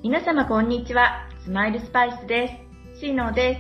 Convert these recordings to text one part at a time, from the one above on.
皆様こんにちは。スマイルスパイスです。シーノです。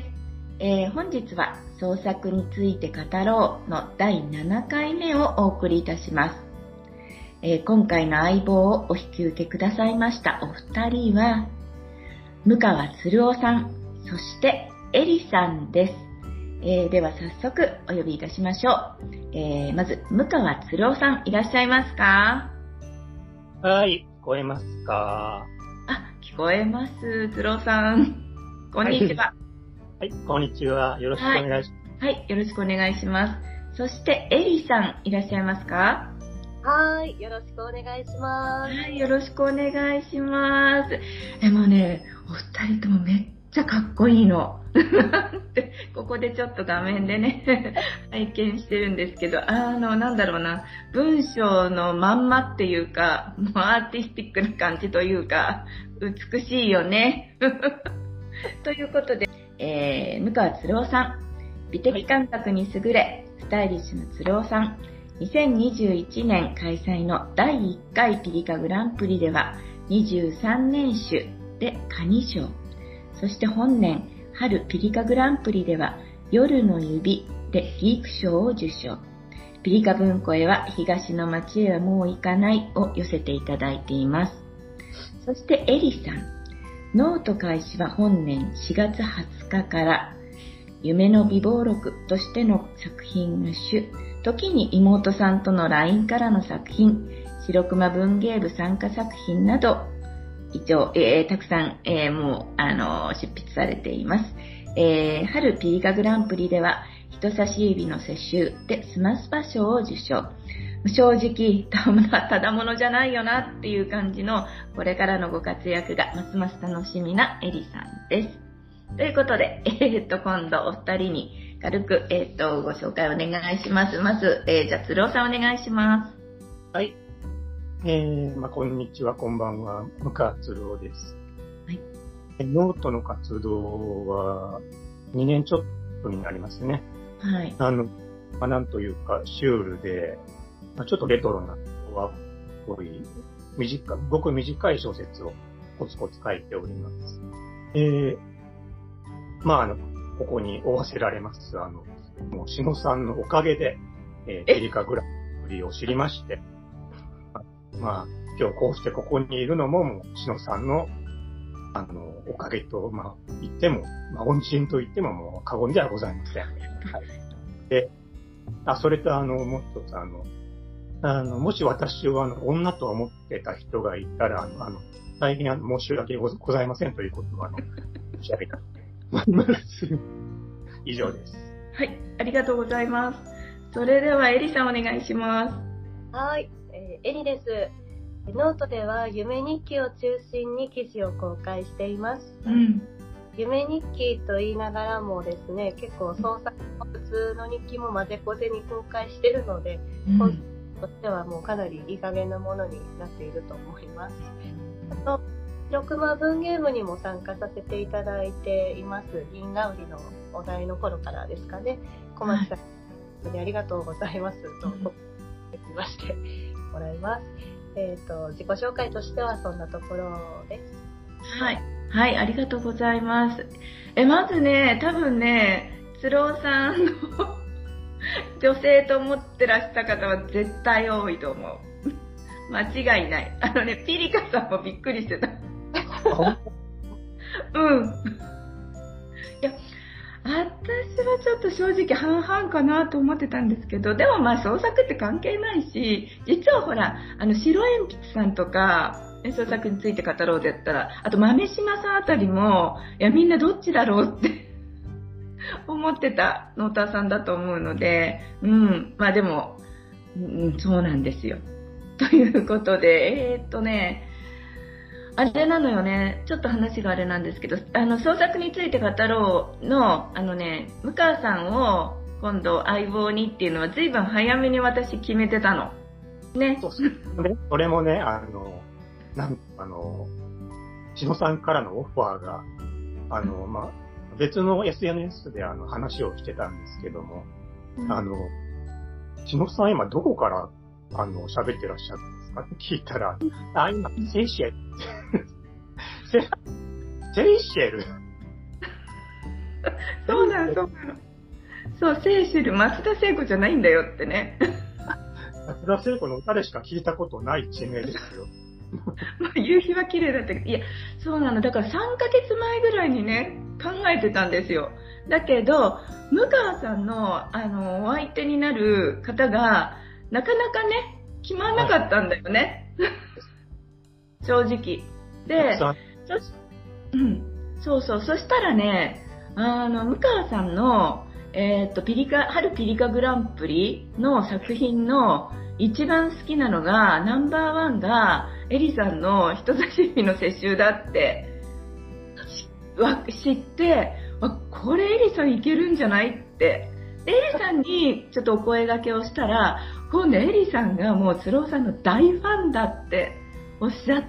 本日は創作について語ろうの第7回目をお送りいたします。今回の相棒をお引き受けくださいましたお二人は、向川鶴夫さん、そしてエリさんです。では早速お呼びいたしましょう。まず、向川鶴夫さんいらっしゃいますか？ はい、聞こえますか？ 聞こえます。鶴夫さん。こんにちは。 はい、こんにちは。よろしくお願いします。 はい、よろしくお願いします。そして、エリさんいらっしゃいますか？ はい、よろしくお願いします。 はい、よろしくお願いします。もうね、お二人ともめっちゃかっこいいの。ここでちょっと画面でね、拝見してるんですけど、なんだろうな、文章のまんまっていうか、もうアーティスティックな感じというか、美しいよね。ということで、向川鶴夫さん、美的感覚に優れ、スタイリッシュな鶴夫さん、2021年開催の第1回ピリカグランプリでは23年種で蟹賞、そして本年春ピリカグランプリでは夜の指でギーク賞を受賞。ピリカ文庫へは東の街へはもう行かないを寄せていただいています。そしてエリさん、ノート開始は本年4月20日から夢の美貌録としての作品の種、時に妹さんとの LINE からの作品、白熊文芸部参加作品など、一応、たくさん、もう、執筆されています。春ピリカグランプリでは、人差し指の世襲でスマスパ賞を受賞。正直、ただものじゃないよなっていう感じの、これからのご活躍がますます楽しみなエリさんです。ということで、今度お二人に軽く、ご紹介お願いします。まず、じゃあ、鶴尾さんお願いします。 はい。こんにちは、こんばんは。向川鶴夫です。はい。ノートの活動は2年ちょっとになりますね。はい。なんというか、シュールで、ちょっとレトロな和っぽい、ごく短い小説をコツコツ書いております。ここにおわせられます、もう、篠さんのおかげで、ピリカグランプリを知りまして、今日こうしてここにいるのも、もう、篠さんの、おかげと、言っても、恩人と言ってももう過言ではございません。はい。で、それともう一つもし私を女と思ってた人がいたら、大変申し訳ございませんということを、申し上げたと思います。以上です。 はい、ありがとうございます。それではエリさんお願いします。 はい、エリです。ノートでは夢日記を中心に記事を公開しています。夢日記と言いながらもですね、結構創作の普通の日記も混ぜこぜに公開しているので、本としてはもうかなりいい加減なものになっていると思います。あと、白熊文芸部にも参加させていただいています。銀ラウリのお題の頃からですかね。小町さんにありがとうございますとできましてもらいます。自己紹介としてはそんなところです。 はい。はい、ありがとうございます。まずね、多分ね、鶴尾さんの女性と思ってらした方は絶対多いと思う。間違いない。ピリカさんもびっくりしてた。うん。いや、私はちょっと正直半々かなと思ってたんですけど、でも創作って関係ないし、実はほら、白鉛筆さんとか、創作について語ろうでやったら、あと豆島さんあたりも、いやみんなどっちだろうって思ってたノーターさんだと思うので、でも、そうなんですよ。ということで、あれなのよね、ちょっと話があれなんですけど、創作について語ろうの、向川さんを今度相棒にっていうのは随分早めに私決めてたの。ね。 それもね、篠さんからのオファーが、別の SNS で話をしてたんですけども、篠さん今どこから喋ってらっしゃるんですかって聞いたら、今、マレーシアセイシェルそうなの、そうなの。そう、セイシェル、松田聖子じゃないんだよってね。 松田聖子の歌でしか聞いたことない地名ですよ。 夕日は綺麗だったけど、いや、そうなの。だから3ヶ月前ぐらいにね、考えてたんですよ。だけど、向川さんの、お相手になる方が、なかなかね、決まんなかったんだよね。正直。で、そうそう。そしたらね、向川さんの、春ピリカグランプリの作品の一番好きなのが、ナンバーワンが、エリさんの人差し指の接収だって知って、これエリさんいけるんじゃないって。エリさんにちょっとお声掛けをしたら、今度エリさんがもう鶴尾さんの大ファンだっておっしゃって、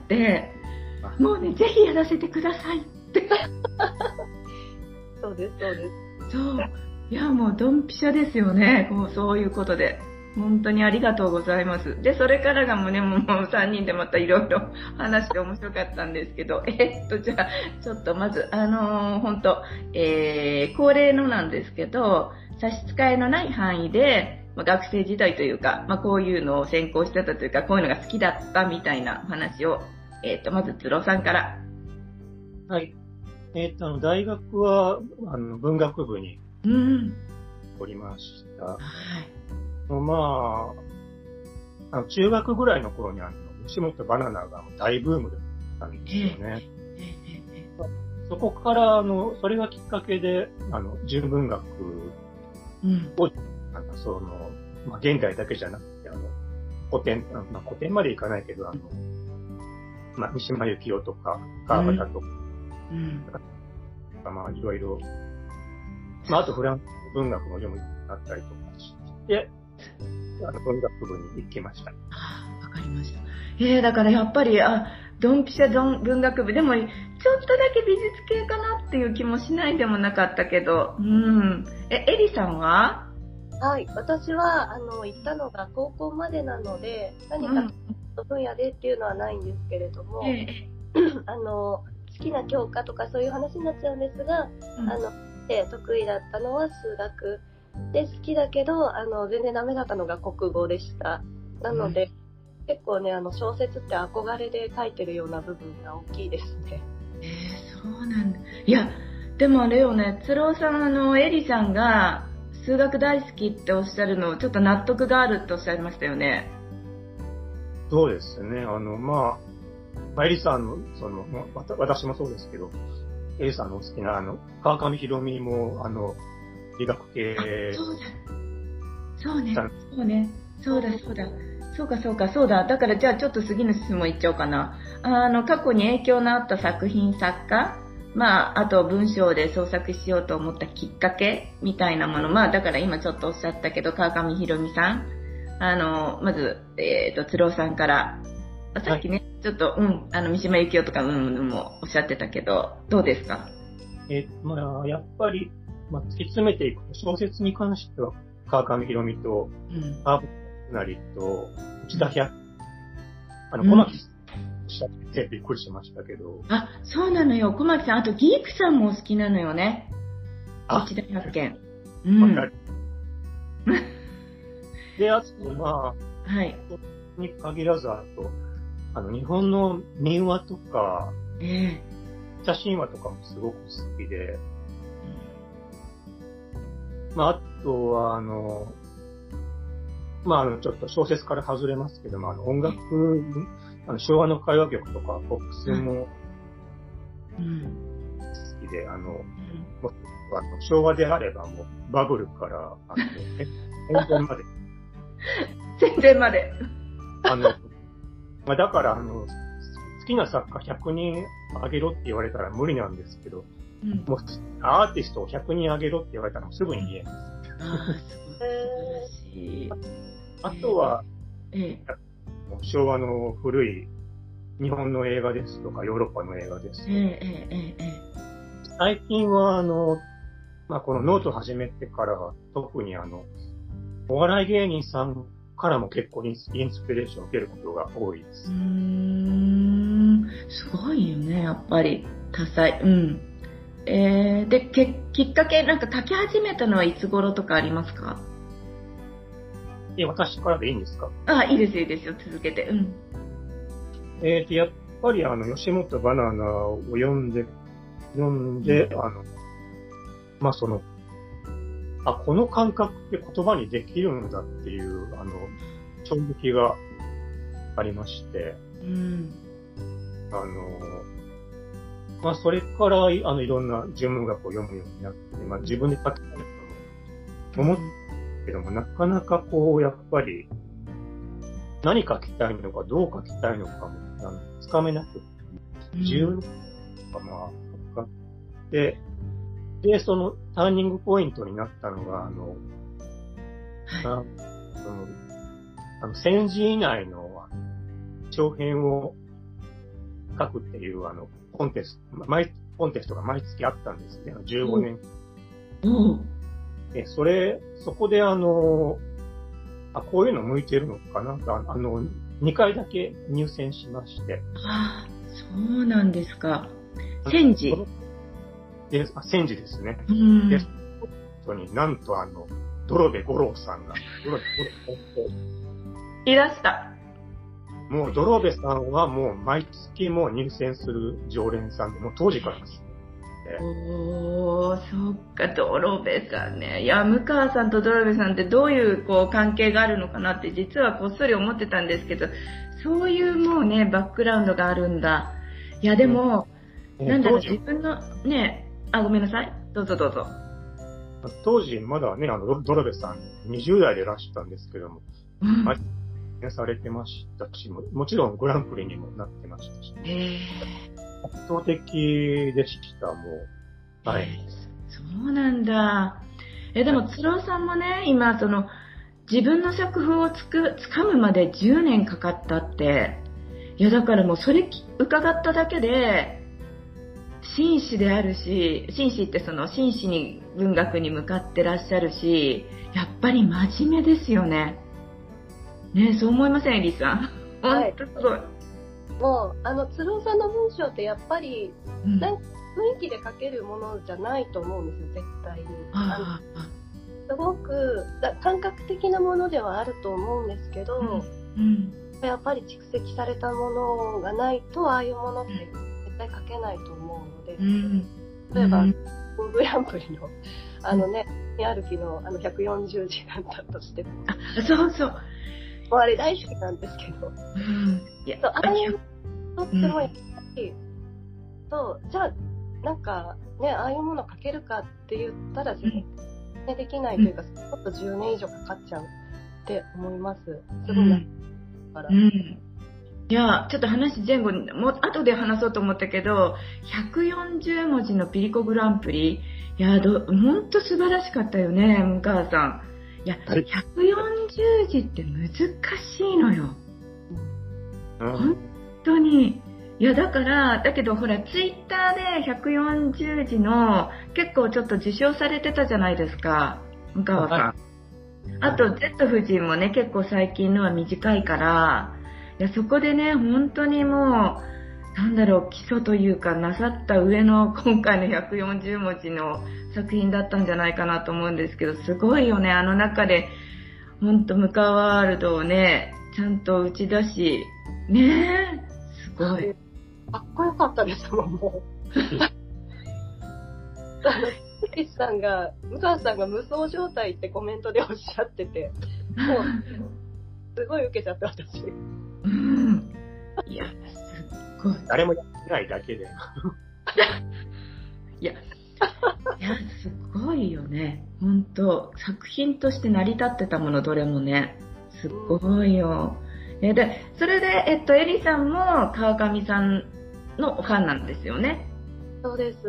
もうね、ぜひやらせてくださいって。 そうです、そうです。 そう。いや、もうドンピシャですよね。もうそういうことで。本当にありがとうございます。で、それからがもうね、もう3人でまたいろいろ話して面白かったんですけど、じゃあ、ちょっとまず、本当、恒例のなんですけど、差し支えのない範囲で、学生時代というか、こういうのを専攻してたというか、こういうのが好きだったみたいな話を、まず、鶴尾さんから。 はい。大学は、文学部に、おりました。はい。まあ、中学ぐらいの頃に吉本バナナが大ブームだったんですよね。そこから、それがきっかけで、純文学を、現代だけじゃなくて、古典までいかないけど、三島由紀夫とか、川端とか、いろいろ、あとフランス文学も読むようになったりとかして、文学部に行きました。 わかりました。だからやっぱり、ドンピシャ文学部。でも、ちょっとだけ美術系かなっていう気もしないでもなかったけど。エリさんは？ はい。私は、行ったのが高校までなので、何か分野でっていうのはないんですけれども、好きな教科とかそういう話になっちゃうんですが、得意だったのは数学で、好きだけど全然ダメだったのが国語でした。なので、結構ね、小説って憧れで書いてるような部分が大きいですね。 そうなんだ。いや、でもあれよね、鶴尾さん、エリさんが数学大好きっておっしゃるの、ちょっと納得があるっておっしゃいましたよね。 そうですね。エリさんの、私もそうですけど、エリさんのお好きな、川上弘美も、理学系。 そうね。そうだ。だからじゃあちょっと次の質問いっちゃおうかな。過去に影響のあった作品、作家、あと文章で創作しようと思ったきっかけみたいなもの。だから今ちょっとおっしゃったけど、川上弘美さん。まず、鶴尾さんから。さっきね、ちょっと、三島由紀夫とか、もおっしゃってたけど、どうですか？ やっぱり、突き詰めていくと、小説に関しては、川上弘美と、ハーブなりと、内田百、小牧さんおっしゃってびっくりしましたけど。 そうなのよ。小牧さん、あとギークさんもお好きなのよね。内田百軒。 わかる。で、あと、はい。に限らず、あと、日本の民話とか、写真話とかもすごく好きで、あとは、ちょっと小説から外れますけども、音楽、昭和の歌謡曲とか、ポップスも好きで、昭和であればもう、バブルから、戦前まで。 戦前まで。 だから、好きな作家100人あげろって言われたら無理なんですけど、もうアーティストを100人あげろって言われたらすぐに言えます。あとは、昭和の古い日本の映画ですとか、ヨーロッパの映画ですとか、最近はこのノート始めてからは特にお笑い芸人さんからも結構インスピレーションを受けることが多いです。 すごいよね、やっぱり。多彩。で、きっかけ、なんか書き始めたのはいつ頃とかありますか？ 私からでいいんですか？ いいですよ、いいですよ。続けて。 やっぱり吉本バナナを読んで、まあこの感覚って言葉にできるんだっていう、衝撃がありまして、まあそれからいろんな純文学を読むようになって、まあ自分で書きたいと思ってけども、なかなかやっぱり、何書きたいのか、どう書きたいのかも、つかめなくて、自分がまあ、かかって、で、そのターニングポイントになったのが、1000字以内の長編を書くっていうコンテストが毎月あったんですね。15年。そこでこういうの向いてるのかなと、2回だけ入選しまして。 そうなんですか。1000字。 1000字ですね。で、そこになんとドロベ五郎さんが、 いらした。 もうドロベさんはもう毎月もう入選する常連さんで、もう当時からです。 そっか、ドロベさんね。いや、向川さんとドロベさんってどういう関係があるのかなって実はこっそり思ってたんですけど、そういうもうね、バックグラウンドがあるんだ。いや、でも、なんだろう、自分のね、ごめんなさい。どうぞ。 当時、まだね、ドロベさん20代でいらしたんですけども、されてましたし、もちろんグランプリにもなってましたし、圧倒的でした、もう。はい。 そうなんだ。でも、鶴尾さんもね、今、自分の作風をつかむまで10年かかったって。いや、だからもう、それ伺っただけで、紳士であるし、紳士って真摯に文学に向かってらっしゃるし、やっぱり真面目ですよね。ね、そう思いません、エリさん。 はい。 本当すごい。 もう、鶴尾さんの文章ってやっぱり、なんか雰囲気で書けるものじゃないと思うんですよ、絶対に。すごく感覚的なものではあると思うんですけど、やっぱり蓄積されたものがないと、ああいうものって絶対書けないと思うので、例えば、グランプリの、歩きの140字だったとしても。 そう。 あれ大好きなんですけど。ああいうとってもやっぱり、じゃあ、なんかね、ああいうもの書けるかって言ったら絶対できないというか、ちょっと10年以上かかっちゃうって思います。すごいなから。 いや、ちょっと話前後に、もう後で話そうと思ったけど、140文字のピリコグランプリ、いや、ほんと素晴らしかったよね、向川さん。いや、140字って難しいのよ。本当に。いや、だけどほら、ツイッターで140字の結構ちょっと受賞されてたじゃないですか、向川さん。あと、Z 夫人もね、結構最近のは短いから、いや、そこでね、本当にもう、基礎というか、なさった上の今回の140文字の作品だったんじゃないかなと思うんですけど、すごいよね、あの中で、本当向川ワールドをね、ちゃんと打ち出し、ねえ、すごい。 かっこよかったですもん、もう。向川さんが無双状態ってコメントでおっしゃってて、もう、すごい受けちゃって、私。 いや、すっごい。 誰もやってないだけで。 いや、すごいよね。本当作品として成り立ってたもの、どれもね。すごいよ。で、それで、エリさんも川上さんのファンなんですよね。 そうです。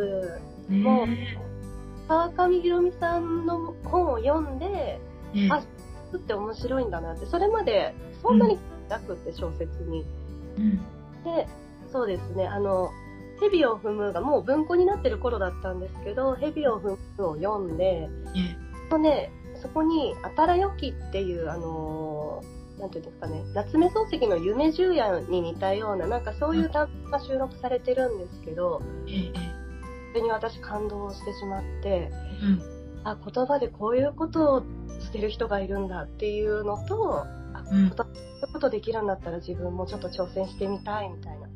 もう、川上ひろみさんの本を読んで、って面白いんだなって、それまでそんなになくって小説に。で、そうですね、蛇を踏むがもう文庫になってる頃だったんですけど、蛇を踏むを読んで、そこに、あたらよきっていう、 なんていうんですかね、夏目漱石の夢十夜に似たような、なんかそういう単語が収録されてるんですけど、それに私感動してしまって、あ、言葉でこういうことをしてる人がいるんだっていうのと、こういうことできるんだったら自分もちょっと挑戦してみたいみたいな。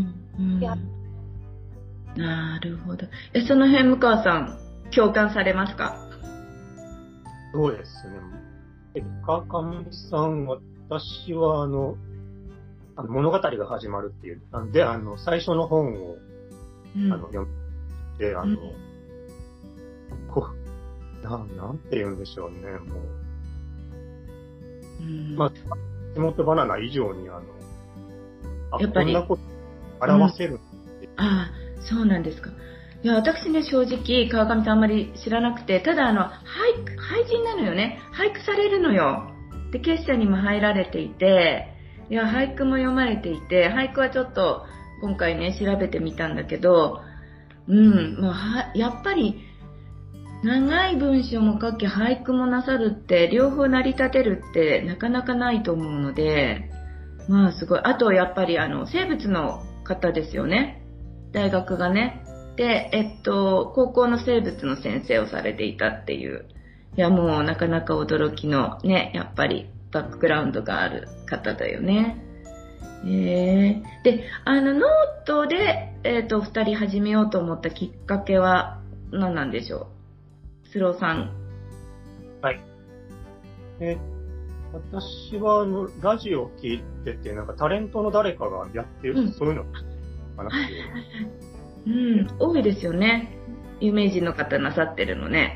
なるほど。その辺、向川さん、共感されますか？ そうですね。川上さん、私は物語が始まるっていう、で、最初の本を、読んで、なんて言うんでしょうね、もう。まあ、地元バナナ以上に、やっぱりこんなこと表せる、 ああ、そうなんですか。いや、私ね、正直、川上さんあんまり知らなくて、ただ俳人なのよね。俳句されるのよ。で、結社にも入られていて、いや、俳句も読まれていて、俳句はちょっと、今回ね、調べてみたんだけど、もうやっぱり、長い文章も書き、俳句もなさるって、両方成り立てるって、なかなかないと思うので、まあ、すごい。あと、やっぱり、生物の方ですよね。大学がね。で、高校の生物の先生をされていたっていう。いや、もうなかなか驚きのね、やっぱりバックグラウンドがある方だよね。で、ノートで、二人始めようと思ったきっかけは何なんでしょう？スローさん。 はい。私はラジオを聞いてて、なんかタレントの誰かがやってる、そういうのかなっていう。 多いですよね。有名人の方なさってるのね。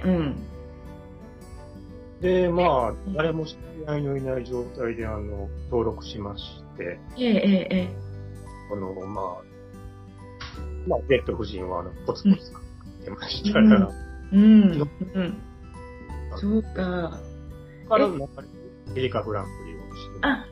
で、まあ、誰も知り合いのいない状態で、登録しまして。まあ、ベッド夫人は、ポツポツ出ましたら。 そうか。 からの中で、ピリカグランプリをしてます。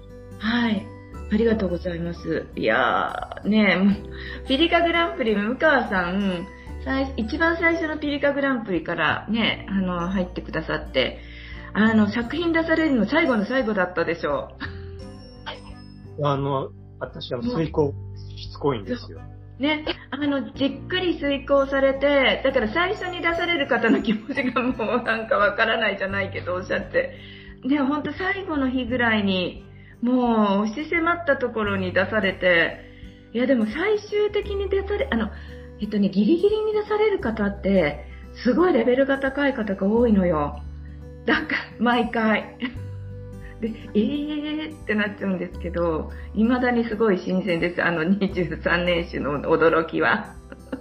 はい。ありがとうございます。いやー、ねえ、ピリカグランプリ、向川さん、一番最初のピリカグランプリからね、入ってくださって、作品出されるの最後の最後だったでしょう。私は遂行しつこいんですよ。 ね、じっくり遂行されて、だから最初に出される方の気持ちがもうなんかわからないじゃないけどおっしゃって、ね、ほんと最後の日ぐらいに、もう押し迫ったところに出されて、いやでも最終的に出され、ギリギリに出される方って、すごいレベルが高い方が多いのよ。だから、毎回。で、ってなっちゃうんですけど、未だにすごい新鮮です。23年種の驚きは。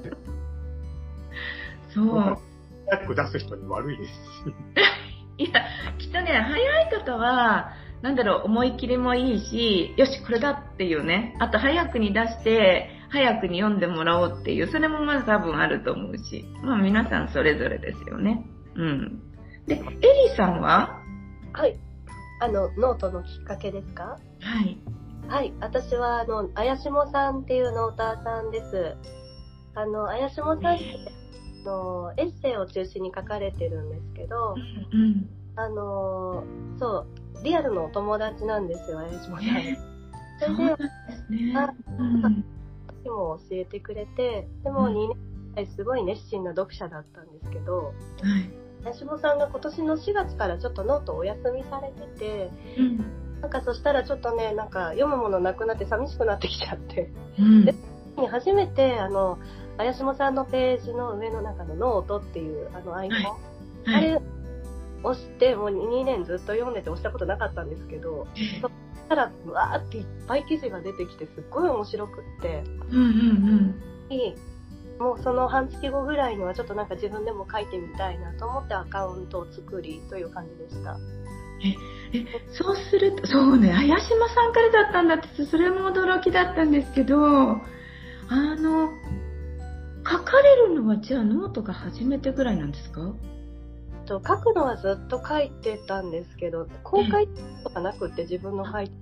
そう。 早く出す人に悪いです。 いや、きっとね、早い方は、思い切りもいいし、よし、これだっていうね。あと、早くに出して、早くに読んでもらおうっていう、それもまず多分あると思うし、まあ皆さんそれぞれですよね。で、エリさんは？ はい。ノートのきっかけですか？ はい。 はい。私は、あやしもさんっていうノーターさんです。あやしもさんって、エッセイを中心に書かれてるんですけど、そう、リアルのお友達なんですよ、あやしもさん。 それで、 も教えてくれて、でも2年すごい熱心な読者だったんですけど、あやしもさんが今年の4月からちょっとノートをお休みされてて、なんかそしたらちょっとね、なんか読むものなくなって寂しくなってきちゃって、で初めてあやしもさんのページの上の中のノートっていうアイコン、あれ押してもう2年ずっと読んでて押したことなかったんですけど、そしたらうわーっていっぱい記事が出てきてすっごい面白くって、もうその半月後ぐらいにはちょっとなんか自分でも書いてみたいなと思ってアカウントを作りという感じでした。 そうすると、そうね、あやしまさんからだったんだって、それも驚きだったんですけど、書かれるのはじゃあノートが初めてぐらいなんですか？ 書くのはずっと書いてたんですけど、公開とかなくって自分の書いて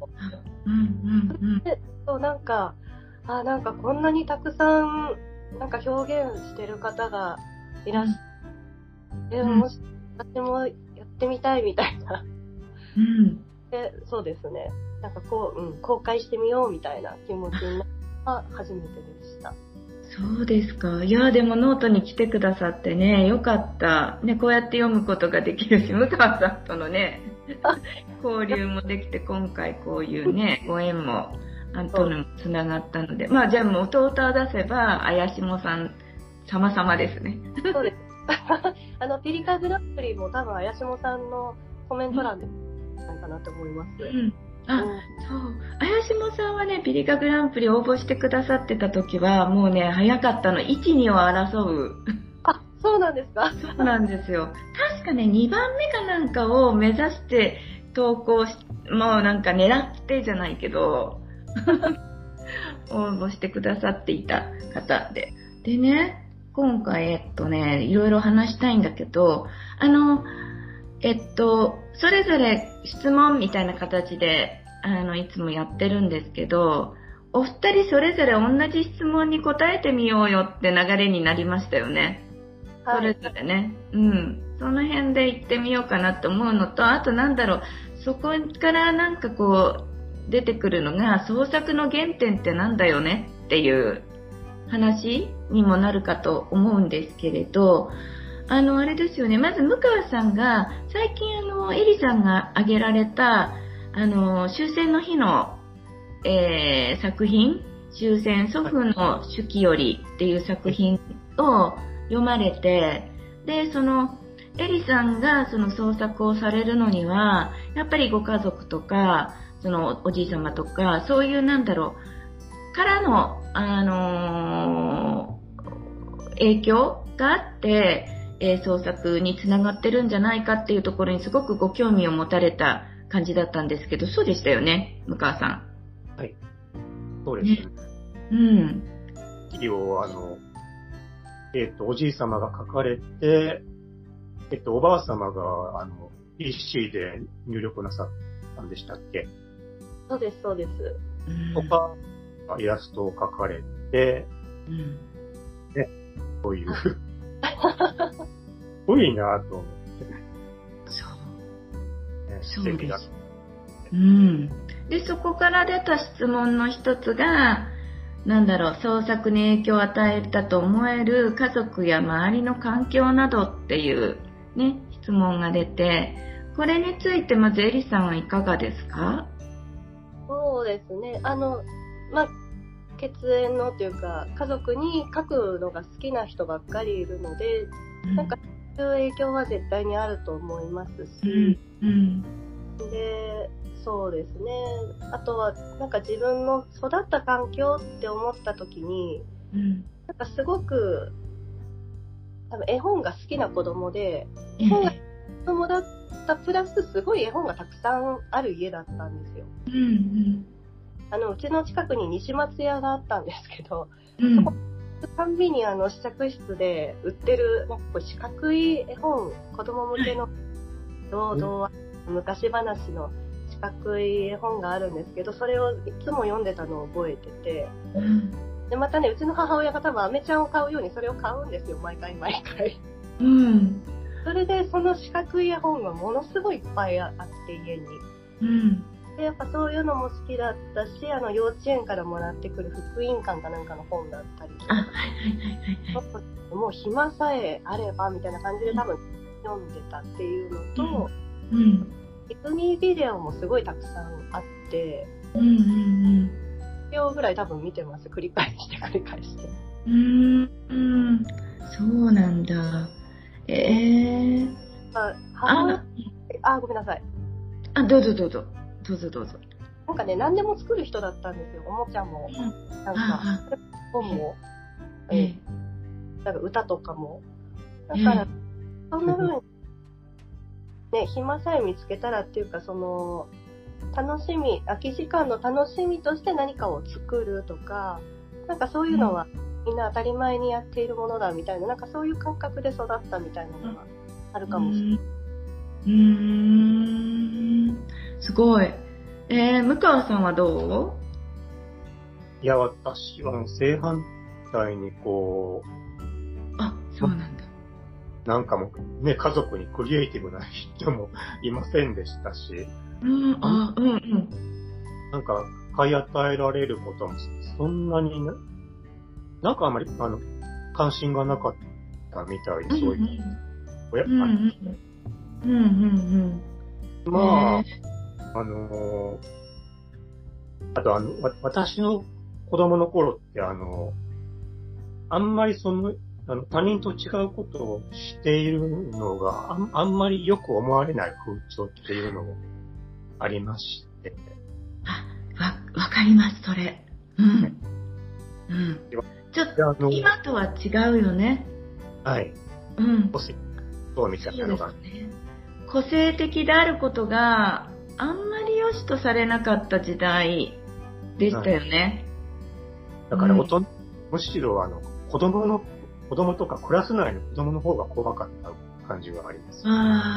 そうなんかこんなにたくさんなんか表現してる方がいらっしゃる、もし私もやってみたいみたいな、 そうですね。なんか公開してみようみたいな気持ちになった初めてでした。 そうですか。いや、でもノートに来てくださってね、よかった。ね、こうやって読むことができるし、向川さんとのね、交流もできて、今回こういうね、ご縁も、とのつながったので、まあじゃあもう弟を出せば、綾下さん様々ですね。 そうです。ピリカグランプリも多分綾下さんのコメント欄でないかなと思います。そう。 綾下さんはね、ピリカグランプリ応募してくださってた時は、もうね、早かったの。1、2を争う。 あ、そうなんですか？ そうなんですよ。確かね、2番目かなんかを目指して投稿し、もうなんか狙ってじゃないけど、応募してくださっていた方で。でね、今回、いろいろ話したいんだけど、それぞれ質問みたいな形で、いつもやってるんですけど、お二人それぞれ同じ質問に答えてみようよって流れになりましたよね。はい、それぞれね。うん。その辺で行ってみようかなと思うのと、あとなんだろう、そこからなんかこう、出てくるのが、創作の原点ってなんだよねっていう話にもなるかと思うんですけれど、あれですよね。まず、向川さんが、最近エリさんが挙げられた、終戦の日の、作品、終戦祖父の手記よりっていう作品を読まれて、で、エリさんがその創作をされるのには、やっぱりご家族とか、おじい様とか、そういうなんだろう、からの、影響があって、創作につながってるんじゃないかっていうところにすごくご興味を持たれた感じだったんですけど、そうでしたよね、向川さん。 はい。そうですね。 うん。 おじい様が書かれて、おばあ様が、PC で入力なさったんでしたっけ？ そうです、そうです。 他、イラストを描かれて、ね、そういう。すごいなぁと思って。 そう。 ね、素敵だ。 うん。で、そこから出た質問の一つが、なんだろう、創作に影響を与えたと思える家族や周りの環境などっていうね、質問が出て、これについてまずエリさんはいかがですか？ そうですね。血縁のというか、家族に書くのが好きな人ばっかりいるので、なんかそういう影響は絶対にあると思いますし、で、そうですね。あとは、なんか自分の育った環境って思った時に、なんかすごく、多分絵本が好きな子供で、絵本が子供だったプラスすごい絵本がたくさんある家だったんですよ。うちの近くに西松屋があったんですけど、そこたんびに試着室で売ってるなんかこう四角い絵本、子供向けの童話、昔話の四角い絵本があるんですけど、それをいつも読んでたのを覚えてて、でまたね、うちの母親が多分アメちゃんを買うようにそれを買うんですよ、毎回。それでその四角い絵本がものすごいいっぱいあって家に。でやっぱそういうのも好きだったし、幼稚園からもらってくる福音館かなんかの本だったりとか、もう暇さえあればみたいな感じで多分読んでたっていうのと、ディズニービデオもすごいたくさんあって、1秒ぐらい多分見てます。繰り返して。 そうなんだ。 ごめんなさい。 どうぞ。 なんかね、何でも作る人だったんですよ。おもちゃも、なんか、本も、なんか歌とかも。だから、そんな風に、ね、暇さえ見つけたらっていうか、楽しみ、空き時間の楽しみとして何かを作るとか、なんかそういうのは、みんな当たり前にやっているものだみたいな、なんかそういう感覚で育ったみたいなのがあるかもしれない。 すごい。向川さんはどう？いや、私は正反対にそうなんだ。 なんかもね、家族にクリエイティブな人もいませんでしたし、 なんか、買い与えられることも、そんなになんかあまり、関心がなかったみたいで、そういう。まあ、あと私の子供の頃ってあんまり他人と違うことをしているのがあんまりよく思われない風潮っていうのがありまして。 わかります、それ。ちょっと、今とは違うよね。 はい。そうみたいなのが。そうですね。 個性的であることがあんまり良しとされなかった時代でしたよね。 だからむしろ子供とかクラス内の子供の方が怖かった感じがあります。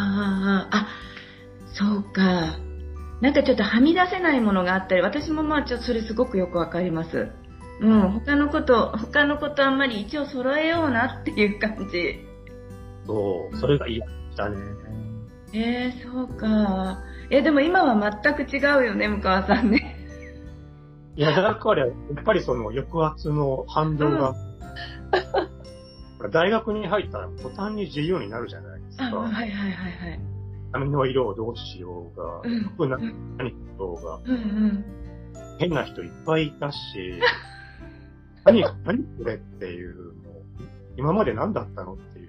そうか。なんかちょっとはみ出せないものがあったり、私もちょっとそれすごくよくわかります。他のことあんまり一応揃えようなっていう感じ。 そう、それが嫌だね。 そうか。でも今は全く違うよね、向川さんね。 いや、だから、やっぱり抑圧の反動が、大学に入ったら途端に自由になるじゃないですか。髪の色をどうしようが、服何しようが、変な人いっぱいいたし、何これっていうの、今まで何だったのっていう。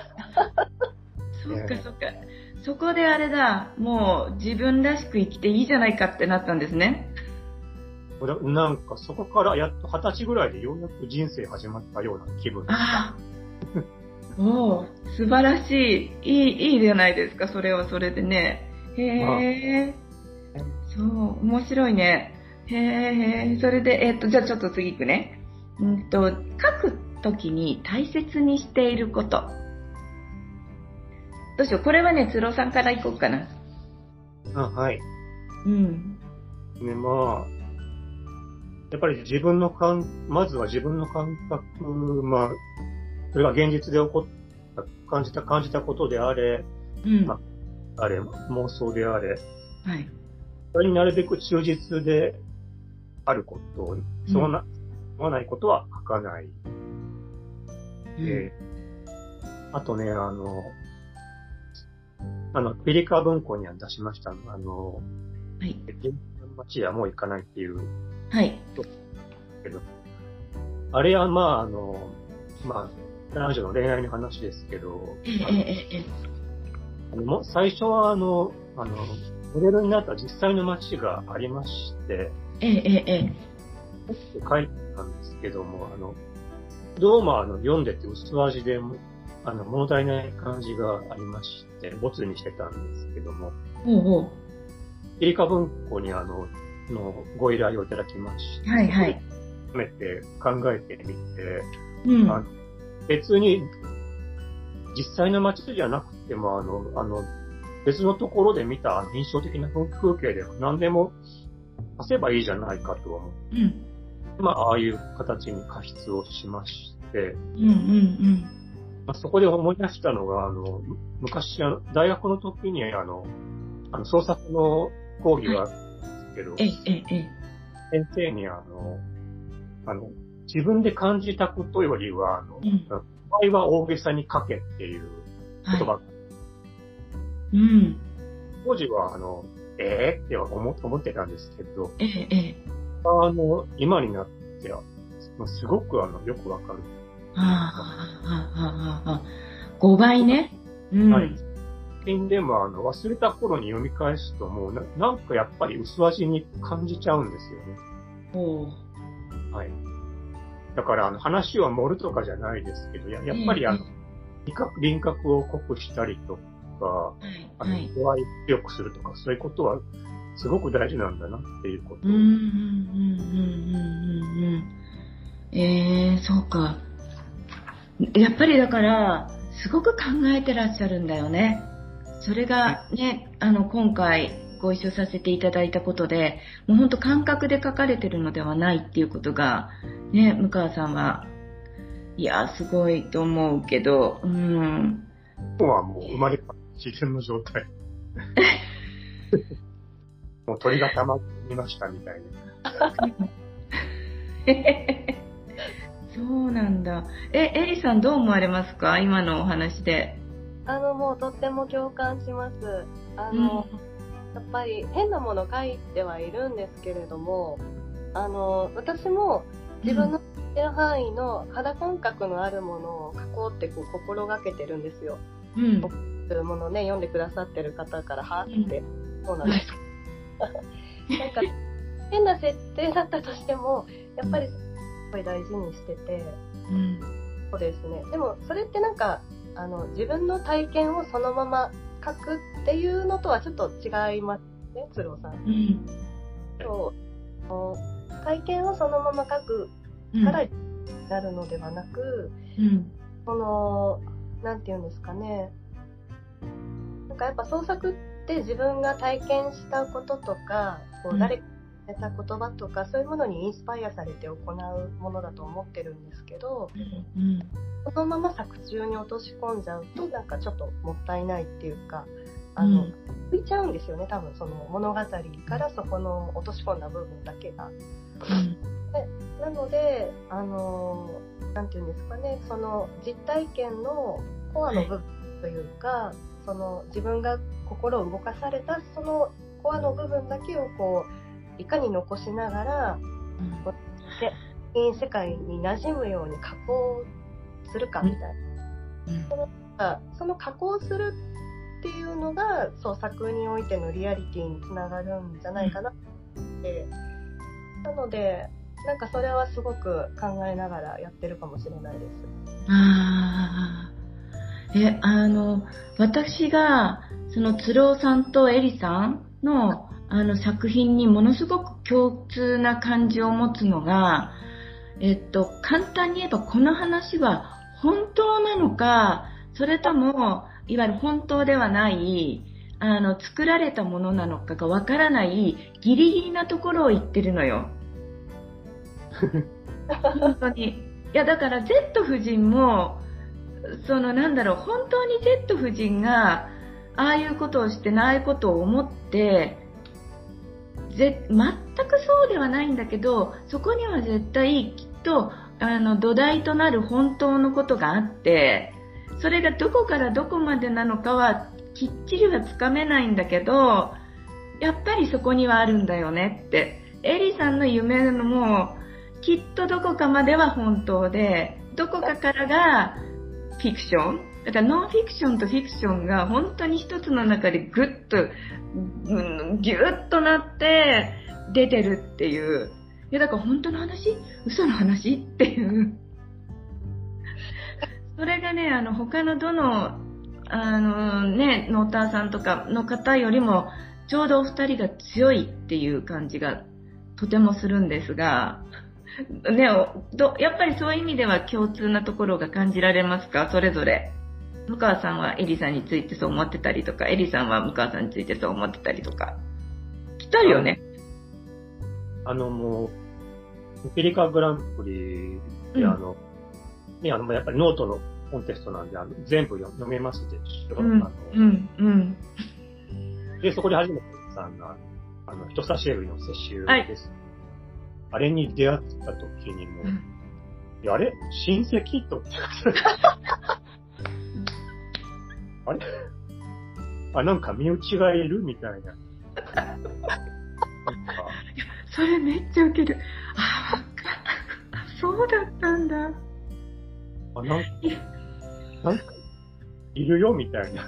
そっか。そこであれだ、もう自分らしく生きていいじゃないかってなったんですね。 なんかそこからやっと20歳ぐらいでようやく人生始まったような気分でした。 素晴らしい。いいじゃないですか、それはそれでね。そう、面白いね。それで、じゃあちょっと次行くね。書くときに大切にしていること。どうしよう、これはね、鶴尾さんから行こうかな。 はい。やっぱりまずは自分の感覚、それが現実で起こった、感じたことであれ、妄想であれ、それになるべく忠実であることを、そうわないことは書かない。あとね、ピリカ文庫には出しました街はもう行かないっていう。けど、あれは男女の恋愛の話ですけど、最初はモデルになった実際の街がありまして、書いてたんですけども、どうも読んでて薄味で、物足りない感じがありまして、ボツにしてたんですけども、ピリカ文庫にのご依頼をいただきまして、含めて考えてみて、別に実際の街じゃなくても、別のところで見た印象的な風景で何でも足せばいいじゃないかと思って、ああいう形に加筆をしまして、そこで思い出したのが、昔、大学の時に、創作の講義があったんですけど、先生に、自分で感じたことよりは、場合は大げさに書けっていう言葉が、当時は、って思ってたんですけど、今になっては、すごくよくわかる。 5倍ね。 でも忘れた頃に読み返すともうなんかやっぱり薄味に感じちゃうんですよね。だから話は盛るとかじゃないですけど、やっぱり輪郭を濃くしたりとか、度合い強くするとか、そういうことはすごく大事なんだなっていうこと。 そうか。やっぱりだから、すごく考えてらっしゃるんだよね。それがね、今回ご一緒させていただいたことで、もう本当感覚で書かれてるのではないっていうことが、ね、向川さんは、いや、すごいと思うけど、 今はもう生まれた自然の状態。 もう鳥がたまりましたみたいな。 そうなんだ。エリさんどう思われますか？今のお話で。 もうとっても共感します。やっぱり変なもの書いてはいるんですけれども、私も自分の知ってる範囲の肌感覚のあるものを書こうって心がけてるんですよ。僕のものね、読んでくださってる方からはって、そうなんです。なんか変な設定だったとしても、やっぱりすごい大事にしてて、そうですね。でもそれってなんか自分の体験をそのまま書くっていうのとはちょっと違いますね、鶴尾さん。そう体験をそのまま書くからになるのではなく、なんていうんですかね。なんかやっぱ創作って自分が体験したこととか、誰かが言った言葉とか、そういうものにインスパイアされて行うものだと思ってるんですけど、そのまま作中に落とし込んじゃうとなんかちょっともったいないっていうか、浮いちゃうんですよね、多分その物語からそこの落とし込んだ部分だけが。なのでなんていうんですかね、その実体験のコアの部分というか、その自分が心を動かされたそのコアの部分だけをいかに残しながら、世界に馴染むように加工するかみたいな、その加工するっていうのが創作においてのリアリティにつながるんじゃないかなって、なのでなんかそれはすごく考えながらやってるかもしれないです。 私がその鶴尾さんとエリさんの作品にものすごく共通な感じを持つのが、簡単に言えばこの話は本当なのか、それともいわゆる本当ではない作られたものなのかがわからないギリギリなところを言ってるのよ。本当に。いやだから Z 夫人も本当に Z 夫人がああいうことをしてないことを思って全くそうではないんだけど、そこには絶対きっと土台となる本当のことがあって、それがどこからどこまでなのかはきっちりはつかめないんだけど、やっぱりそこにはあるんだよねって。エリさんの夢のもきっとどこかまでは本当で、どこかからがフィクションだから、ノンフィクションとフィクションが本当に一つの中でグッとギュッとなって出てるっていう。いやだから本当の話？嘘の話？っていうそれがね、他のどのノーターさんとかの方よりもちょうどお二人が強いっていう感じがとてもするんですがね、やっぱりそういう意味では共通なところが感じられますか？それぞれ。向川さんはエリさんについてそう思ってたりとか、エリさんは向川さんについてそう思ってたりとか。きっとあるよね。 もう、ピリカグランプリでやっぱりノートのコンテストなんで、全部読めますでしょ。で、そこで初めてさんが、人差し指の接種です。あれに出会った時にも、いやあれ親戚とあれなんか身内がいるみたいな。 それめっちゃウケる。そうだったんだ。 なんかいるよみたいな。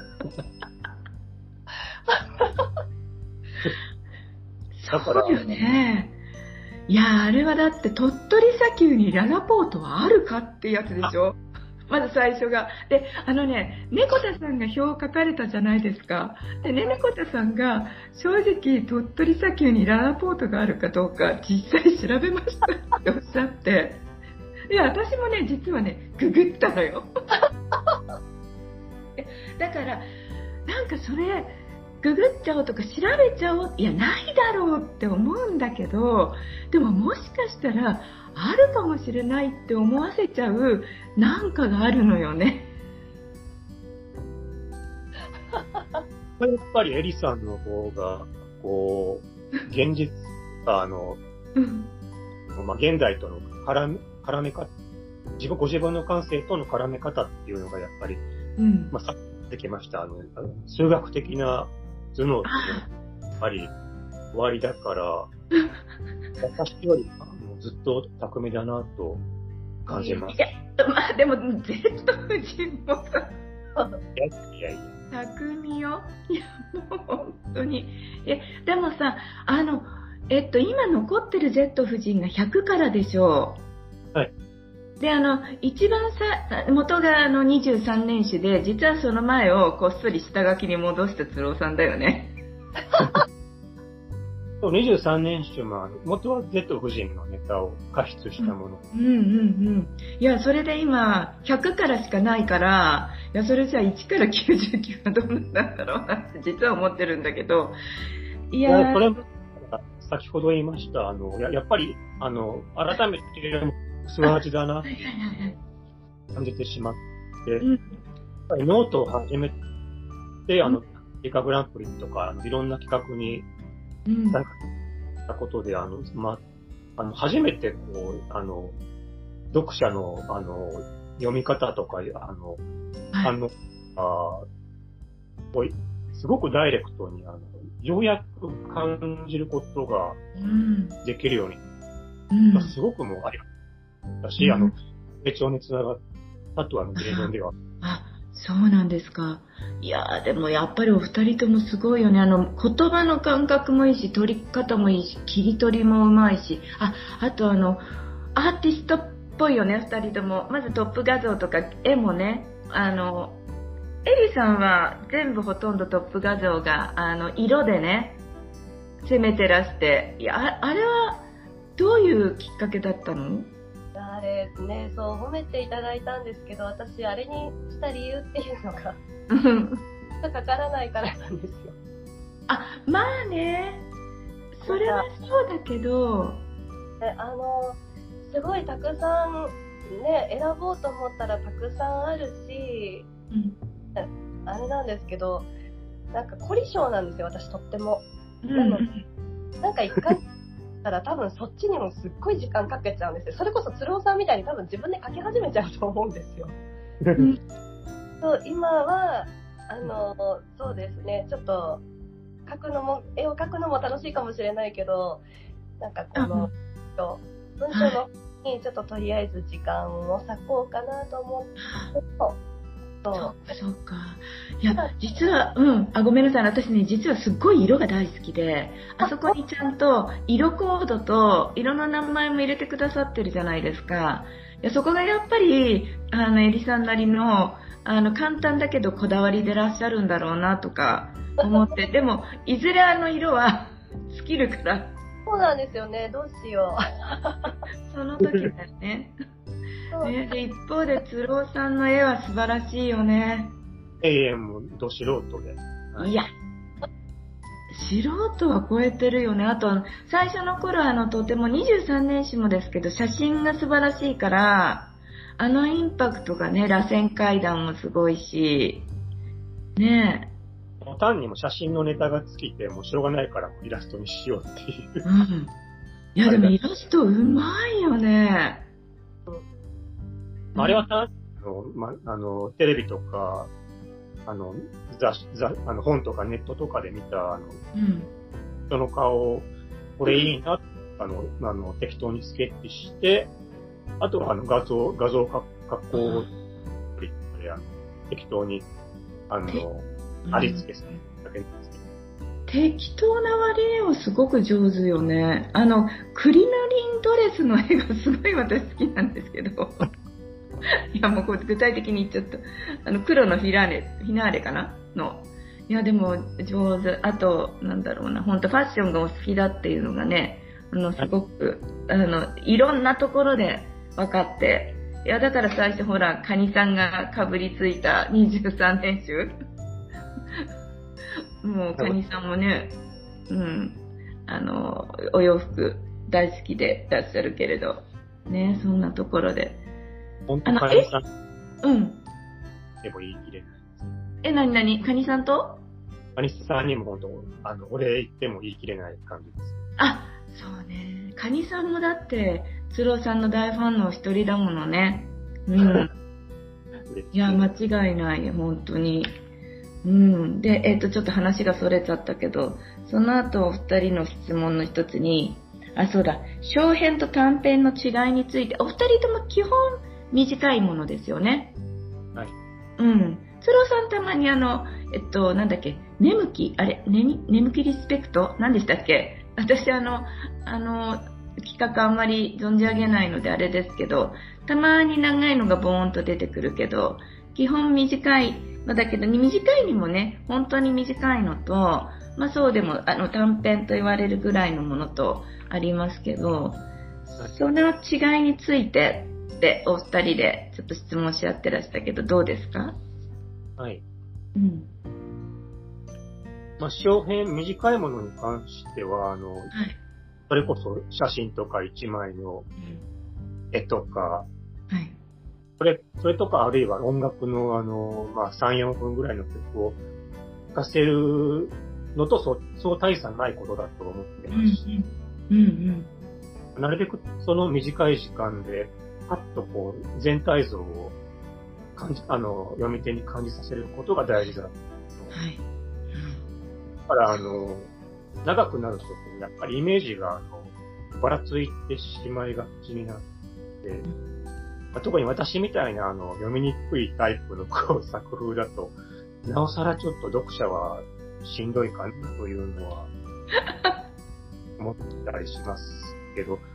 そうよね。いやあれはだって鳥取砂丘にララポートはあるかってやつでしょ。まず最初が。で、猫田さんが表を書かれたじゃないですか。でね、猫田さんが正直鳥取砂丘にララポートがあるかどうか実際調べましたっておっしゃって。いや、私もね、実はね、ググったのよ。だから、なんかそれ、ググっちゃおうとか調べちゃおう、いや、ないだろうって思うんだけど、でももしかしたら、あるかもしれないって思わせちゃうなんかがあるのよね。 やっぱりエリさんの方が、 現実が、現代との絡め方、ご自分の感性との絡め方っていうのがやっぱり、さっき出てきました、数学的な頭脳っていうのがやっぱり終わりだから、私よりずっと巧みだなと感じます。 いや、でも、Z 夫人もさ、 いや。 巧みよ。いや、もう本当に。でもさ、今残ってる Z 夫人が100からでしょう。はい。 で、一番元が23年種で、実はその前をこっそり下書きに戻した鶴尾さんだよね。 23年種も元は Z 夫人のネタを加筆したもの。 いや、それで今、100からしかないから、いや、それじゃあ1から99はどうなんだろうなって実は思ってるんだけど、いや、 これ、先ほど言いました、やっぱり、改めて薄味だな、感じてしまって、ノートを始めて、理科グランプリとか、いろんな企画に、参加したことで、初めて、読者の、読み方とか、すごくダイレクトに、ようやく感じることができるように、すごくもうありがたし、成長につながったと、芸能では。 そうなんですか。いやー、でもやっぱりお二人ともすごいよね。言葉の感覚もいいし、取り方もいいし、切り取りもうまいし、あとアーティストっぽいよね、二人とも。まずトップ画像とか絵もね、エリさんは全部ほとんどトップ画像が、色でね、攻めてらして、いや、あれはどういうきっかけだったの？ あれね、そう褒めていただいたんですけど、私あれにした理由っていうのがかからないからなんですよ。 まあね、それはそうだけど、 すごいたくさんね、選ぼうと思ったらたくさんあるし、あれなんですけど、なんか凝り性なんですよ、私とっても。なんか一回たら多分そっちにもすっごい時間かけちゃうんですよ。それこそ鶴尾さんみたいに多分自分で書き始めちゃうと思うんですよ。そう、今はそうですね、ちょっと絵を描くのも楽しいかもしれないけど、なんか文章のにちょっととりあえず時間を割こうかなと思ってそうか。いや、実は、ごめんなさい。私ね、実はすっごい色が大好きで、あそこにちゃんと色コードと色の名前も入れてくださってるじゃないですか。いや、そこがやっぱり、エリさんなりの、簡単だけどこだわりでらっしゃるんだろうなとか思って、でも、いずれ色は尽きるから。 そうなんですよね。どうしよう。その時だよね。で一方で鶴尾さんの絵は素晴らしいよね。 もうど素人で。 いや、素人は超えてるよね。あと最初の頃とても23年誌もですけど写真が素晴らしいから、インパクトがね、螺旋階段もすごいし、ねえ。単にも写真のネタが尽きてもうしょうがないからイラストにしようっていう。 いやでもイラストうまいよね。 あれはテレビとか、本とかネットとかで見た、人の顔、これいいな、適当にスケッチして、あとは画像加工で、適当に、味付けするだけです。 適当な割にはすごく上手よね。クリナリンドレスの絵がすごい私好きなんですけど。いや、もう具体的に言っちゃった。黒のフィナーレかなの。いや、でも上手。あと、なんだろうな、本当ファッションがお好きだっていうのがね、すごく、いろんなところで分かって。いや、だから最初ほら、カニさんがかぶりついた23年種もうカニさんもね、お洋服大好きでいらっしゃるけれど、ね、そんなところで。 本当カニさん。でも言い切れない。 何カニさんとアニスさんにも本当、お礼言っても言い切れない感じです。 あ、そうね。カニさんもだって、鶴尾さんの大ファンの一人だものね。うん。いや、間違いない、本当に。うん。で、ちょっと話がそれちゃったけど、その後お二人の質問の一つに、あ、そうだ、小編と短編の違いについて、お二人とも基本短いものですよね。 はい。 うん。鶴尾さんたまになんだっけ、眠気リスペクト何でしたっけ？私企画あんまり存じ上げないのであれですけど、たまに長いのがボーンと出てくるけど、基本短いのだけど、短いにもね、本当に短いのと、まあそうでも、短編と言われるぐらいのものとありますけど、その違いについてってお二人でちょっと質問し合ってらしたけど、どうですか？ はい。 うん。 まあ、小編、短いものに関しては、はい、それこそ写真とか一枚の絵とか、 はい。 それとかあるいは音楽のまあ、3、4分ぐらいの曲を聴かせるのとそう大差ないことだと思ってますし、なるべくその短い時間で、パッとこう、全体像を読み手に感じさせることが大事だ。はい。だから、長くなると、やっぱりイメージが、ばらついてしまいがちになって、まあ、特に私みたいな、読みにくいタイプの作風だと、なおさらちょっと読者はしんどいかなというのは、思ったりしますけど。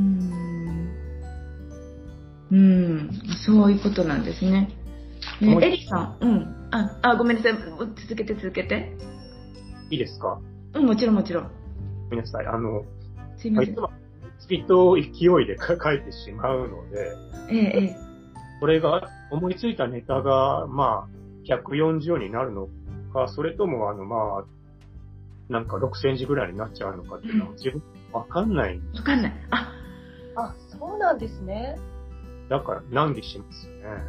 そういうことなんですね。エリさん、ごめんなさい。続けて。 いいですか？ もちろん。ごめんなさい。 すいません。 いつもスピード勢いで書いてしまうので、これが思いついたネタが、まあ、140になるのか、それともまあ、なんか6センチぐらいになっちゃうのかっていうのは自分わかんない。 わかんない。 あ、そうなんですね。 だから難儀しますよ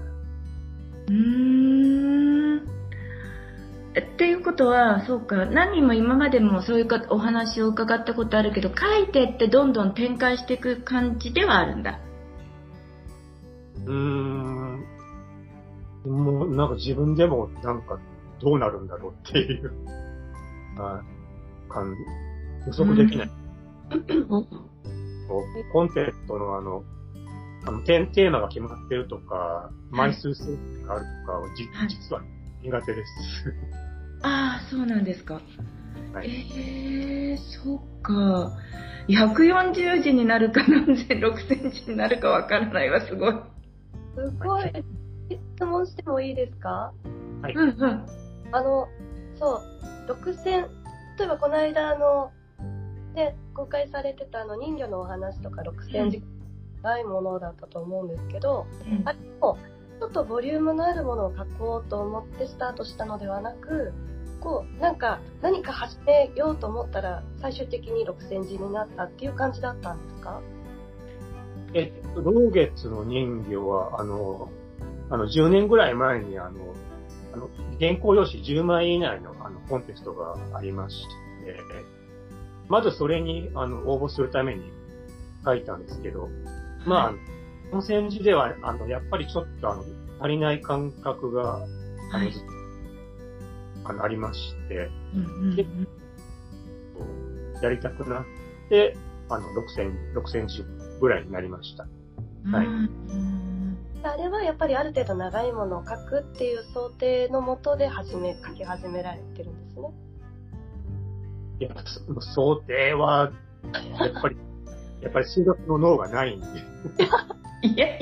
ね。っていうことは、そうか、何人も今までもそういうお話を伺ったことあるけど、書いてってどんどん展開していく感じではあるんだ。 もうなんか自分でもなんかどうなるんだろうっていう予測できない。コンテンツのテーマが決まってるとか、枚数制限があるとかは、実は苦手です。 ああ、そうなんですか。 はい、 そっか。140字になるか何千6センチになるかわからないわ、すごい。 すごい。質問してもいいですか？ はい。 そう、6000、例えばこの間で公開されてた人魚のお話とか6000字長いものだったと思うんですけど、あれもちょっとボリュームのあるものを書こうと思ってスタートしたのではなく、何か始めようと思ったら最終的に6000字になったっていう感じだったんですか？ 老月の人魚は、10年ぐらい前に、原稿用紙10枚以内の、コンテストがありまして、まずそれに、応募するために書いたんですけど、まあ、本戦時では、やっぱりちょっと、足りない感覚が、ありまして、で、やりたくなって、6000字ぐらいになりました。はい。 あれはやっぱりある程度長いものを書くっていう想定のもとで書き始められてるんですね。 いや、想定は、やっぱり数学の脳がないんで。 いや。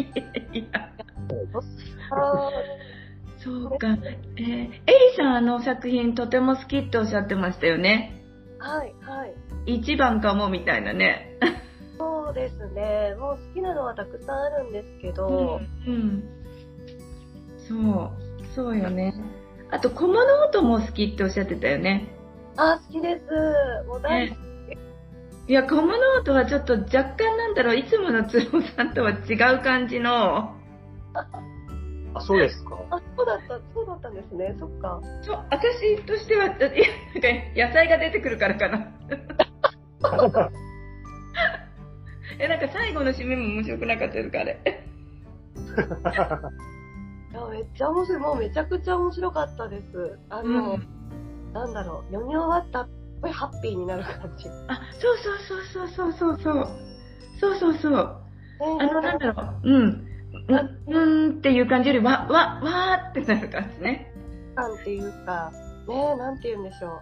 そうか。エリさん作品とても好きっておっしゃってましたよね。 はい。 一番かもみたいなね。 そうですね。もう好きなのはたくさんあるんですけど。 そうよね。あと小物音も好きっておっしゃってたよね。 好きです。もう大好き。 いや、小物音はちょっと若干いつもの鶴尾さんとは違う感じの、 あ、そうですか。 あ、そうだったんですね。そっか。 そう、私としては、なんか野菜が出てくるからかな。なんか最後の締めも面白くなかったですか、あれ。 いや、めっちゃ面白い。もうめちゃくちゃ面白かったです。なんだろう、読み終わったっぽいハッピーになる感じ。 あ、そう。なんだろう、っていう感じより、わーってなる感じね。 っていうか、ね、なんて言うんでしょ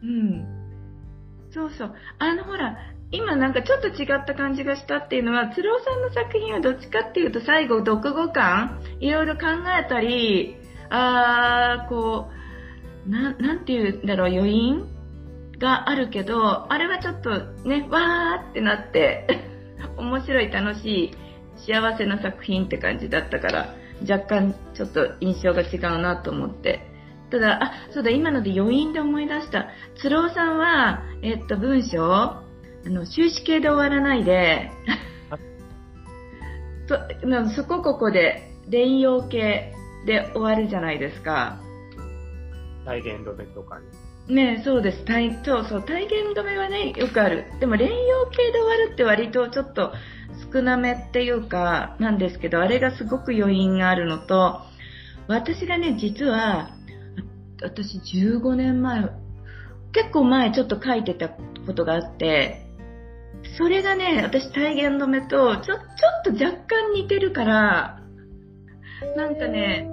う。そう。ほら、今なんかちょっと違った感じがしたっていうのは、鶴尾さんの作品はどっちかっていうと、最後、読後感、いろいろ考えたり、なんていうんだろう、余韻があるけど、あれはちょっとね、わーってなって、面白い、楽しい、幸せな作品って感じだったから、若干ちょっと印象が違うなと思って。ただ、そうだ、今ので余韻で思い出した。鶴尾さんは、文章、終止形で終わらないで、そこで連用形で終わるじゃないですか。 体言止めとかに。ね、そうです。体言止めはね、よくある。でも連用形で終わるって割とちょっと少なめっていうか、なんですけど、あれがすごく余韻があるのと、私がね、実は、私15年前、結構前ちょっと書いてたことがあって、それがね、私体言止めとちょっと若干似てるから、なんかね、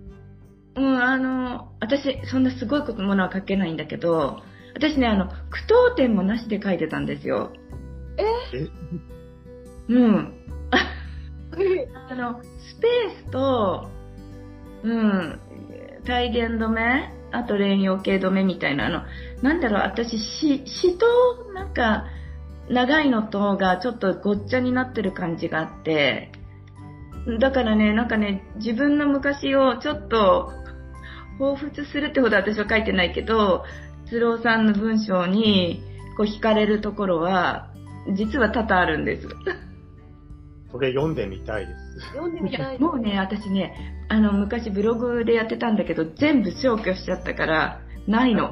私そんなすごいものは書けないんだけど、私ね、句読点もなしで書いてたんですよ。スペースと、体言止め、あと連用形止めみたいななんだろう、私詩となんか長いのとがちょっとごっちゃになってる感じがあって、だからね、なんかね、自分の昔をちょっと彷彿するってほど私は書いてないけど、鶴尾さんの文章にこう惹かれるところは実は多々あるんです。 それ読んでみたいです。 読んでみたい。 もうね、私ね、昔ブログでやってたんだけど、全部消去しちゃったから、ないの。 も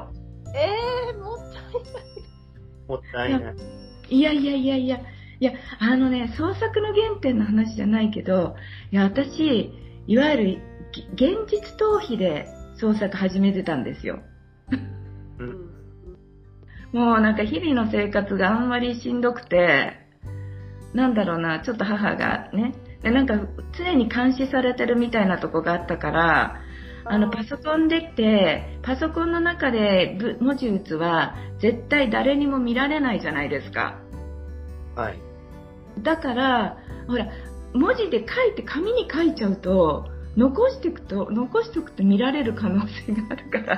ったいない。 もったいない。 いや、創作の原点の話じゃないけど、私、いわゆる現実逃避で創作始めてたんですよ。もうなんか日々の生活があんまりしんどくて、なんだろうな、ちょっと母がね、なんか常に監視されてるみたいなとこがあったから、パソコンできて、パソコンの中で文字打つは絶対誰にも見られないじゃないですか。 はい。だから、ほら、文字で書いて紙に書いちゃうと、残しておくと見られる可能性があるから。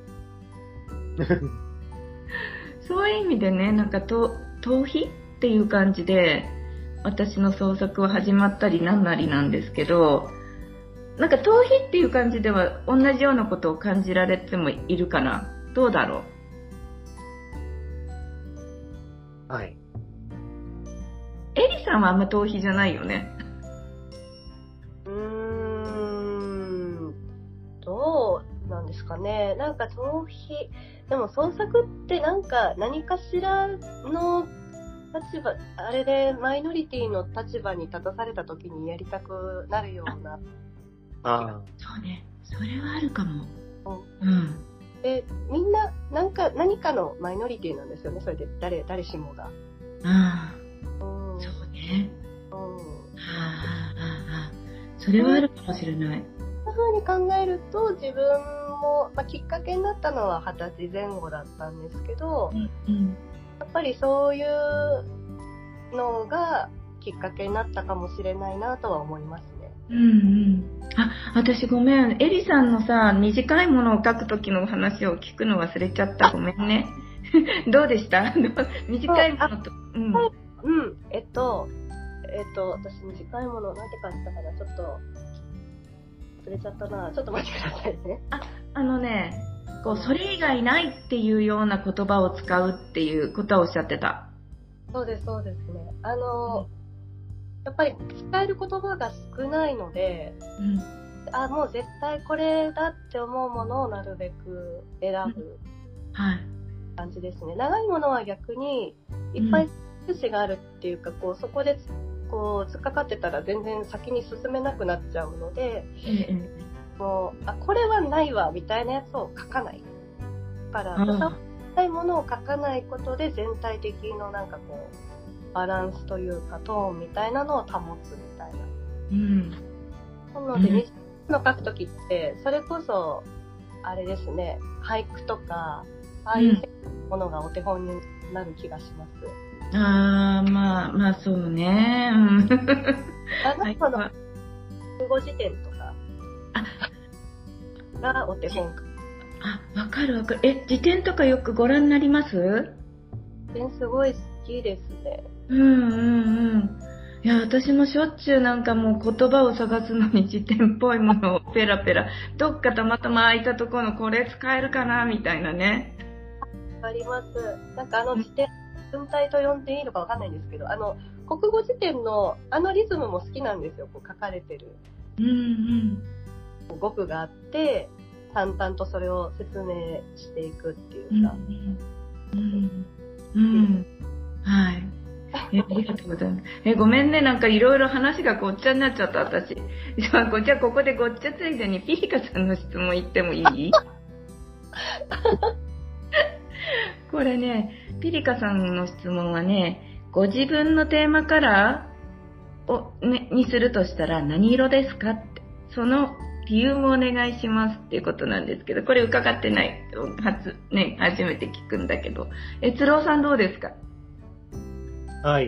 そういう意味でね、なんか逃避っていう感じで、私の創作は始まったりなんなりなんですけど、なんか逃避っていう感じでは同じようなことを感じられてもいるかな。どうだろう。はい。 エリさんはあんま逃避じゃないよね。 どうなんですかね。なんか逃避、でも創作ってなんか何かしらの立場、あれでマイノリティの立場に立たされた時にやりたくなるような。 そうね。それはあるかも。 で、みんな何かのマイノリティなんですよね。それで誰しもが。 そうね。それはあるかもしれない。 そういう風に考えると、自分も、きっかけになったのは20歳前後だったんですけど、やっぱりそういうのがきっかけになったかもしれないなとは思いますね。 私ごめん。エリさんのさ、短いものを書くときの話を聞くの忘れちゃった。ごめんね。どうでした？短いものと。 私短いもの、なんて書いてたかな、ちょっと忘れちゃったな。ちょっと待ってくださいね。 それ以外ないっていうような言葉を使うっていうことはおっしゃってた。 そうですね。やっぱり使える言葉が少ないので、 もう絶対これだって思うものをなるべく選ぶ感じですね。長いものは逆にいっぱい選択肢があるっていうか、そこで突っかかってたら全然先に進めなくなっちゃうので、もうこれはないわみたいなやつを書かない。だからないものを書かないことで全体的のなんかバランスというかトーンみたいなのを保つみたいな。なので、日の書くときって、それこそ、あれですね、俳句とか、ああいうものがお手本になる気がします。 まあ、そうね。 その、国語辞典とかがお手本か。 わかる。辞典とかよくご覧になります？ 辞典すごい好きですね。 いや、私もしょっちゅうなんかもう言葉を探すのに辞典っぽいものをペラペラ、どっかたまたま空いたところのこれ使えるかなみたいなね。 わかります。なんか辞典、文体と呼んでいいのかわかんないんですけど、国語辞典のリズムも好きなんですよ、書かれてる。語句があって、淡々とそれを説明していくっていうか。 はい。ありがとうございます。ごめんね、なんかいろいろ話がごっちゃになっちゃった、私。じゃあ、ここでごっちゃついでにピリカさんの質問言ってもいい？これね、ピリカさんの質問はね、ご自分のテーマカラーにするとしたら何色ですかって、その理由もお願いしますっていうことなんですけど、これ伺ってない。初めて聞くんだけど。つろうさんどうですか？ はい、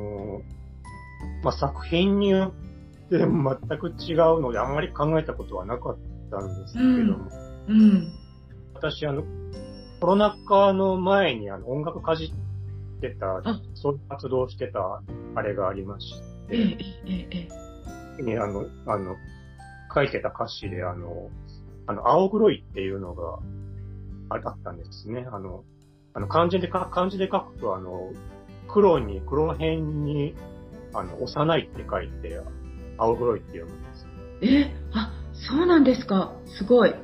作品によって全く違うので、あんまり考えたことはなかったんですけれども、私、コロナ禍の前に音楽かじってた、そういう活動をしてたあれがありまして、書いてた歌詞で、青黒いっていうのがあったんですね。漢字で書くと、黒辺に、幼いって書いて、青黒いって読むんです。 そうなんですか。すごい。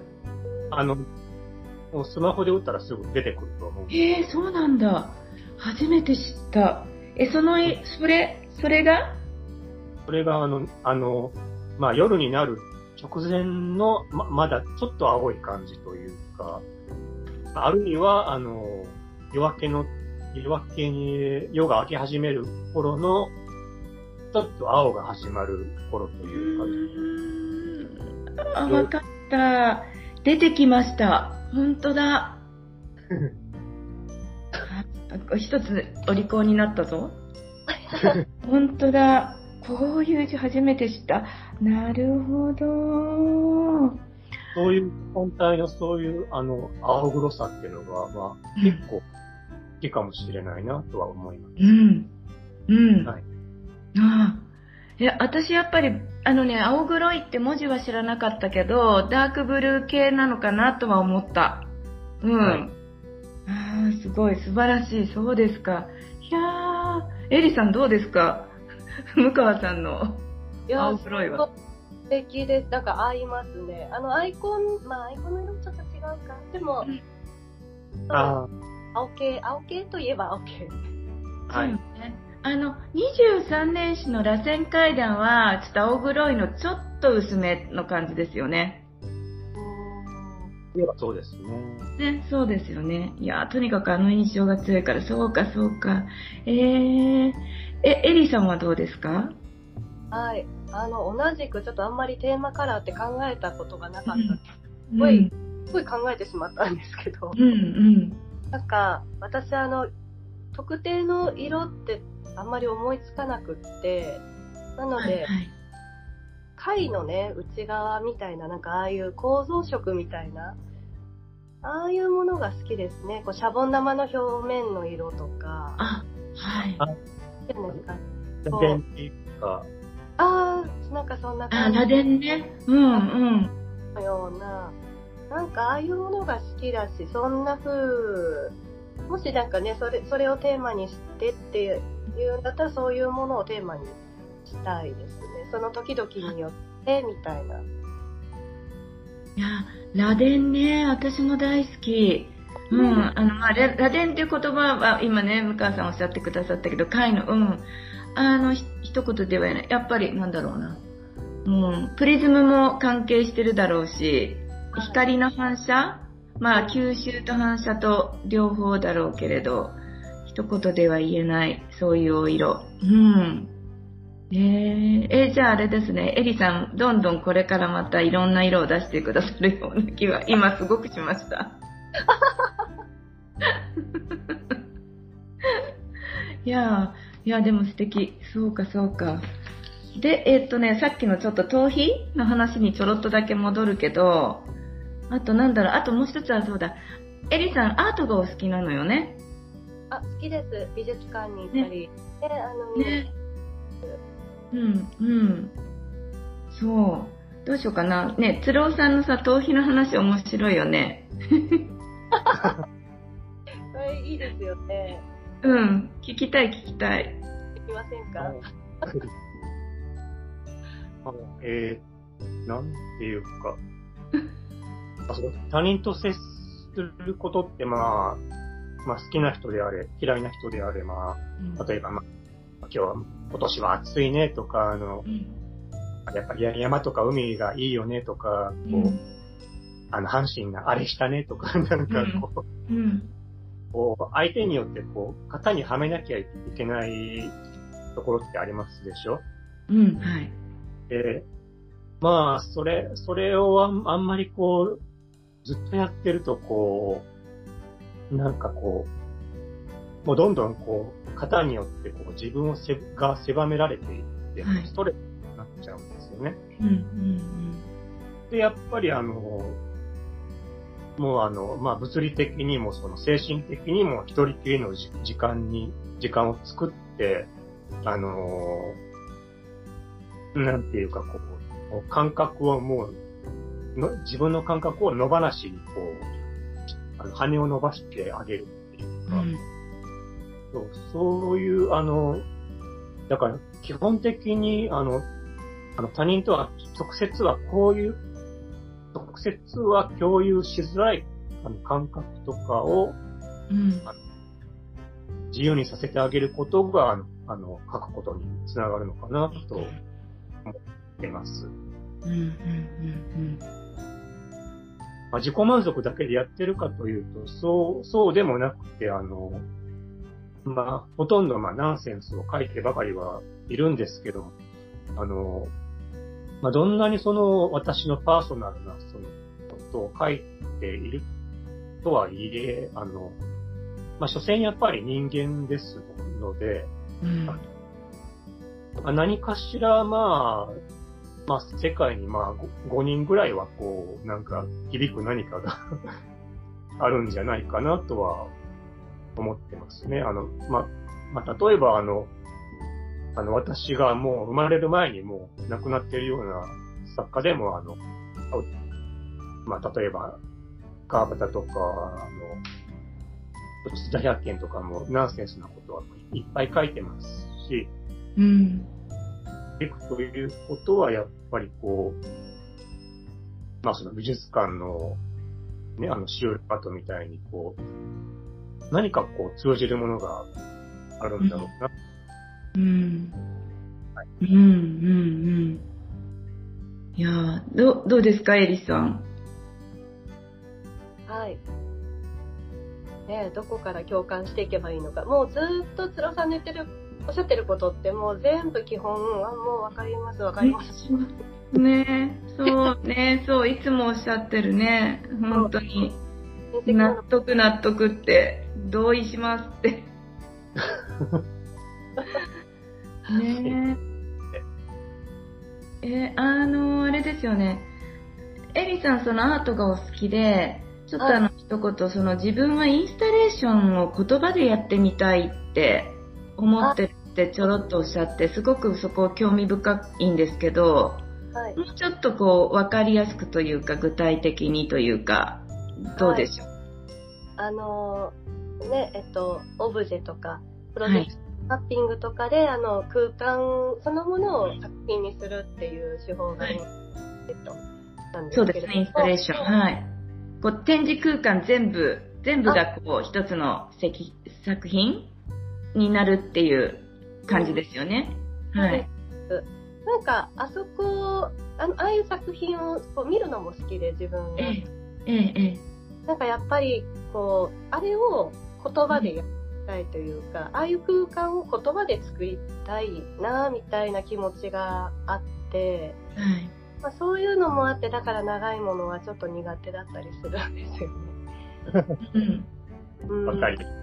スマホで打ったらすぐ出てくると思う。 そうなんだ。初めて知った。それが夜になる直前の、まだちょっと青い感じというか、あるいは、夜が明け始める頃の、ちょっと青が始まる頃というか。 わかった。出てきました。本当だ。一つお利口になったぞ。本当だ。こういう字初めて知った。なるほど。 そういう本体のそういう青黒さっていうのが、結構好きかもしれないなとは思います。はい。 私やっぱり青黒いって文字は知らなかったけど、ダークブルー系なのかなとは思った。すごい素晴らしい。そうですか。エリさんどうですか？向川さんの青黒いは。 素敵です。なんか合いますね。アイコンの色ちょっと違うか。でも、青系といえば青系。 はい。 23年史の螺旋階段は、ちょっと青黒いのちょっと薄めの感じですよね。 そうですね。 そうですよね。いや、とにかく印象が強いから、そうか。エリーさんはどうですか？ はい。同じくちょっとあんまりテーマカラーって考えたことがなかった。すごい考えてしまったんですけど。なんか、私特定の色ってあんまり思いつかなくって、なので、貝のね、内側みたいな、なんかああいう構造色みたいな、ああいうものが好きですね。シャボン玉の表面の色とか。 螺鈿っていうか。 なんかそんな感じ。 螺鈿ね。 のような、なんかああいうものが好きだし、そんな風、もしなんかね、それをテーマにしてっていうんだったら、そういうものをテーマにしたいですね。その時々によってみたいな。 いや、螺鈿ね、私も大好き。うん、まあ、螺鈿っていう言葉は今ね、向川さんおっしゃってくださったけど、貝の、一言ではない。やっぱり、なんだろうな。プリズムも関係してるだろうし、光の反射、まあ、吸収と反射と両方だろうけれど、一言では言えない、そういうお色。じゃああれですね、エリさん、どんどんこれからまたいろんな色を出してくださるような気は、今すごくしました。いや、でも素敵。そうか。で、さっきのちょっと頭皮の話にちょろっとだけ戻るけど、あとあともう一つはそうだ。エリさん、アートがお好きなのよね。 好きです。美術館に行ったり。 そう。どうしようかな。ね、鶴尾さんのさ、頭皮の話面白いよね。 それいいですよね。 聞きたい。 できませんか？ なんていうか、他人と接することって、まあ好きな人であれ、嫌いな人であれ、例えば、今年は暑いねとか、やっぱり山とか海がいいよねとか、阪神があれしたねとか、相手によって型にはめなきゃいけないところってありますでしょ？ はい。 で、それをあんまりずっとやってるともうどんどん型によって自分が狭められていって、ストレスになっちゃうんですよね。で、やっぱり物理的にも精神的にも一人きりの時間を作って、なんていうか感覚を自分の感覚を野放しに羽を伸ばしてあげるっていうか、そういう、だから基本的に他人とは直接は共有しづらい感覚とかを、自由にさせてあげることが書くことにつながるのかなと思ってます。自己満足だけでやってるかというと、そうでもなくて、ほとんどナンセンスを書いてばかりはいるんですけど、どんなに私のパーソナルなことを書いているとはいえ、所詮やっぱり人間ですので、何かしら世界に5人ぐらいは響く何かがあるんじゃないかなとは思ってますね。例えば私がもう生まれる前にもう亡くなっているような作家でも例えば川端とか内田百軒とかもナンセンスなことはいっぱい書いてますし、ということはやっぱり美術館のね、シュールアートみたいに何か通じるものがあるんだろうな。 いやどうですか、エリさん。 はい。どこから共感していけばいいのか。もうずっと鶴尾さんのおっしゃってることってもう全部基本もうわかります。 そういつもおっしゃってるね。本当に納得って同意しますってあれですよね。エリさんアートがお好きで、ちょっと一言自分はインスタレーションを言葉でやってみたいって思ってるってちょろっとおっしゃって、すごくそこ興味深いんですけど、もうちょっと分かりやすくというか具体的にというかどうでしょう。 オブジェとかプロジェクトマッピングとかで空間そのものを作品にするっていう手法があります。 なんですけれども。 そうですね、インスタレーション。はい。こう展示空間全部がこう一つの作品になるっていう感じですよね。はい。 なんか、あそこ、ああいう作品をこう見るのも好きで、自分が。なんかやっぱり、こう、あれを言葉でやりたいというか、ああいう空間を言葉で作りたいな、みたいな気持ちがあって、はい。まあ、そういうのもあって、だから長いものはちょっと苦手だったりするんですよね。 わかります。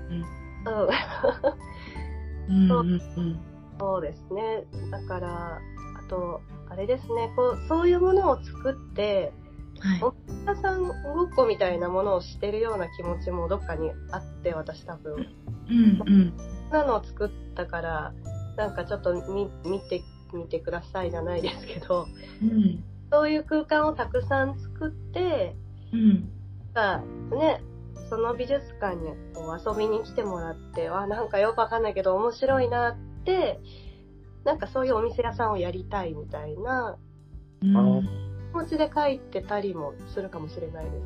そうですね。だから、あと、あれですね、こう、そういうものを作って、お客さんごっこみたいなものをしてるような気持ちもどっかにあって、私多分。なのを作ったから、なんかちょっと見てくださいじゃないですけど、そういう空間をたくさん作って、ね、その美術館にこう遊びに来てもらって、なんかよくわかんないけど面白いなって、なんかそういうお店屋さんをやりたいみたいな気持ちで書いてたりもするかもしれないです。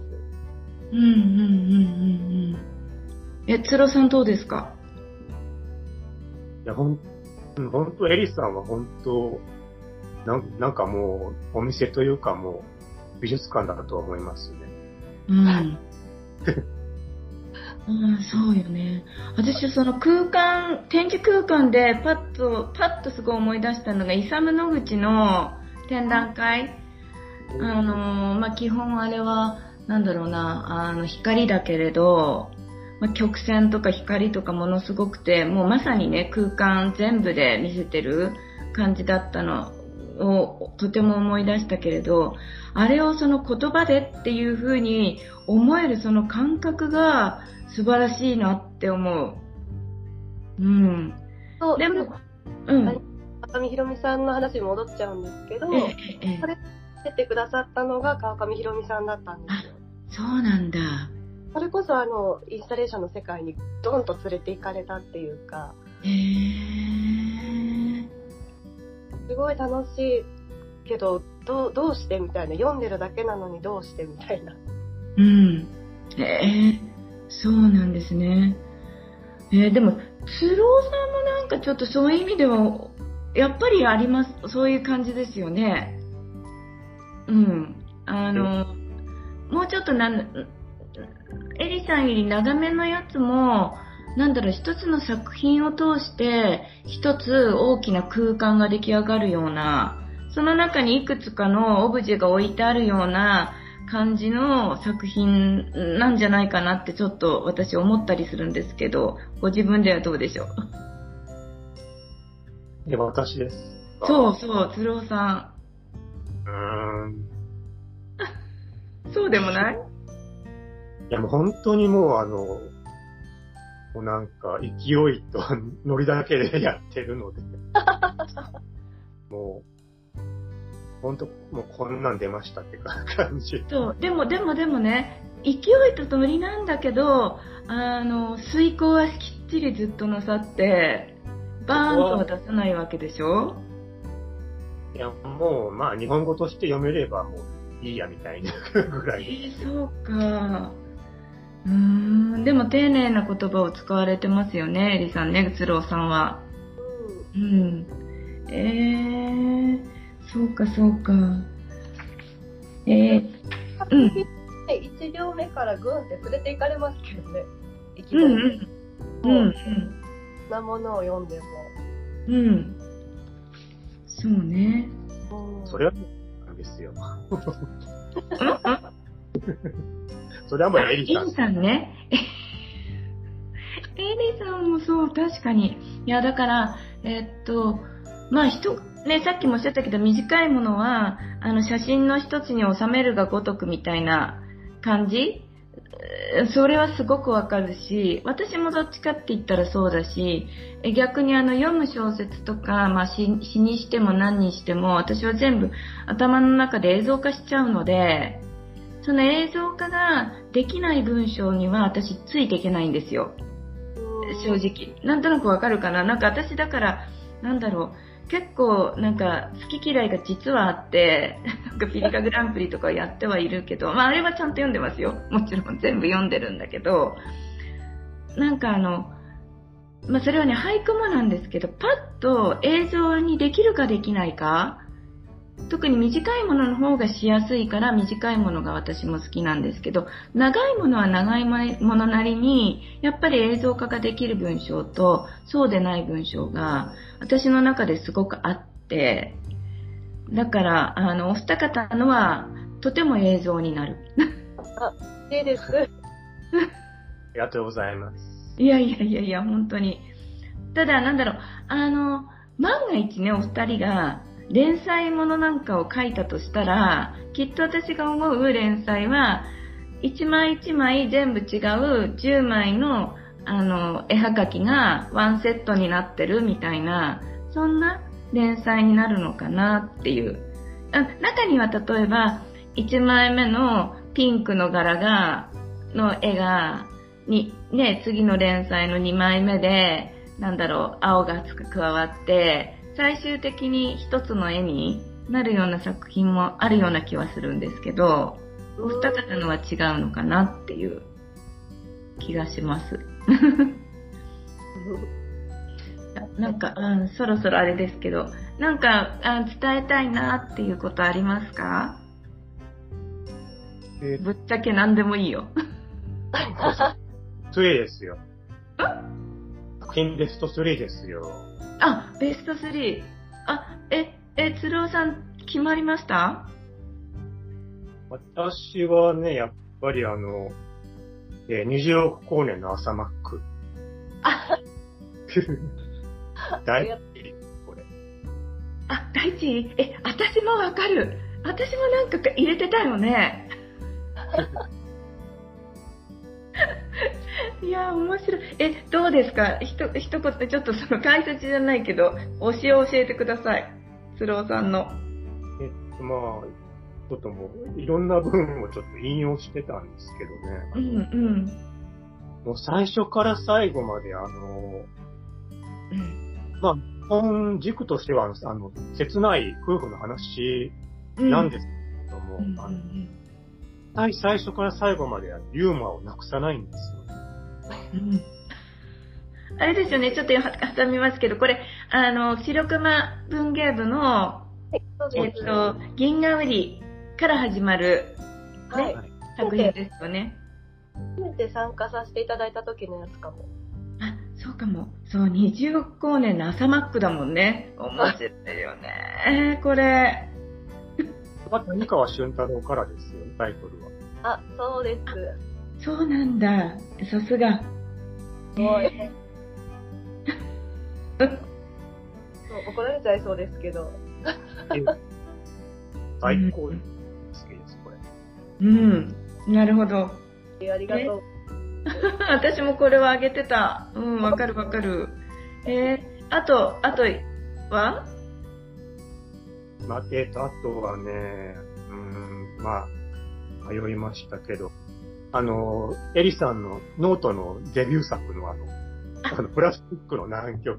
つろさんどうですか？ いや、ほんと、エリさんは本当、なんかもう、お店というかもう、美術館だと思いますね。 そうよね。私その展示空間でパッとすごい思い出したのが、イサム・ノグチの展覧会。基本あれは、なんだろうな、光だけれど、曲線とか光とかものすごくて、もうまさにね、空間全部で見せてる感じだったのをとても思い出したけれど、あれをその言葉でっていう風に思えるその感覚が素晴らしいなって思う。 そうでも、川上弘美さんの話に戻っちゃうんですけど、それ出てくださったのが川上弘美さんだったんですよ。 そうなんだ。 それこそインスタレーションの世界にドンと連れて行かれたっていうか、すごい楽しいけど、どうしてみたいな、読んでるだけなのにどうしてみたいな。 そうなんですね。でも、つろうさんもなんかちょっとそういう意味では、やっぱりあります。そういう感じですよね。もうちょっとエリさんより長めのやつも、一つの作品を通して、一つ大きな空間が出来上がるような、その中にいくつかのオブジェが置いてあるような感じの作品なんじゃないかなってちょっと私思ったりするんですけど、ご自分ではどうでしょう？ 私です。 そう、つろうさん。そうでもない？ いや、もう本当にもうもうなんか勢いとノリだけでやってるので、もう、本当もうこんなん出ましたって感じ。 そう、でもね、勢いとノリなんだけど、遂行はきっちりずっとなさって、バーンとは出さないわけでしょ？ いや、もう、日本語として読めればもういいやみたいなぐらい。 そうか。でも丁寧な言葉を使われてますよね、エリさんね、つろうさんは。そうか。 1行目からグーンって触れていかれますけどね。いきなり。なものを読んでも。 そうね。 それはなんですよ。それはもうエリさんね。エリさんもそう、確かに。いや、だから、さっきもおっしゃったけど、短いものは、写真の一つに収めるがごとくみたいな感じ？それはすごくわかるし、私もどっちかって言ったらそうだし、逆に読む小説とか、詩にしても何にしても、私は全部頭の中で映像化しちゃうので、その映像化ができない文章には私ついていけないんですよ。正直。なんとなくわかるかな？なんか私だから、結構好き嫌いが実はあって、 なんかピリカグランプリとかやってはいるけど、まああれはちゃんと読んでますよ。もちろん全部読んでるんだけど、なんかまあそれはね、俳句もなんですけど、パッと映像にできるかできないか、特に短いものの方がしやすいから短いものが私も好きなんですけど、長いものは長いものなりにやっぱり映像化ができる文章とそうでない文章が私の中ですごくあって、だからお二方のはとても映像になる。 あ、いいです。 ありがとうございます。 いやいやいやいや、本当に。ただなんだろう、万が一ね、お二人が連載ものなんかを書いたとしたら、きっと私が思う連載は、一枚一枚全部違う10枚の、絵はがきがワンセットになってるみたいな、そんな連載になるのかなっていう。中には例えば、1枚目のピンクの柄の絵が、ね、次の連載の2枚目で、なんだろう、青が加わって、最終的に一つの絵になるような作品もあるような気はするんですけど、お二方のは違うのかなっていう気がします。なんか、そろそろあれですけど、なんか伝えたいなっていうことありますか？ぶっちゃけ何でもいいよ。 3ですよ。作品ベスト3ですよ。 あ、ベスト3。鶴尾さん、決まりました？ 私はね、やっぱり20億光年の朝マック。大好き、これ。 あ、第一位？私もわかる。私もなんか入れてたよね。いやー、面白い。どうですか？一言、ちょっとその解説じゃないけど、推しを教えてください。鶴尾さんの。 まあ、ちょっともう、いろんな文をちょっと引用してたんですけどね。もう最初から最後までまあ、本軸としては、切ない夫婦の話なんですけども、最初から最後までユーモアをなくさないんですよ。 あれですよね、ちょっと挟みますけど、これ、白熊文芸部の、銀河売りから始まる、ね、作品ですよね。 初めて参加させていただいた時のやつかも。 あ、そうかも。そう、20億光年の朝マックだもんね。面白いよね。これ。 谷川俊太郎からですよ、タイトルは。 あ、そうです。 そうなんだ。さすが。 すごい。怒られちゃいそうですけど。 最高に好きです、これ。 なるほど。 ありがとう。 私もこれはあげてた。わかるわかる。あとは？ あとはね、まあ、迷いましたけど、エリさんのノートのデビュー作のプラスチックの南極。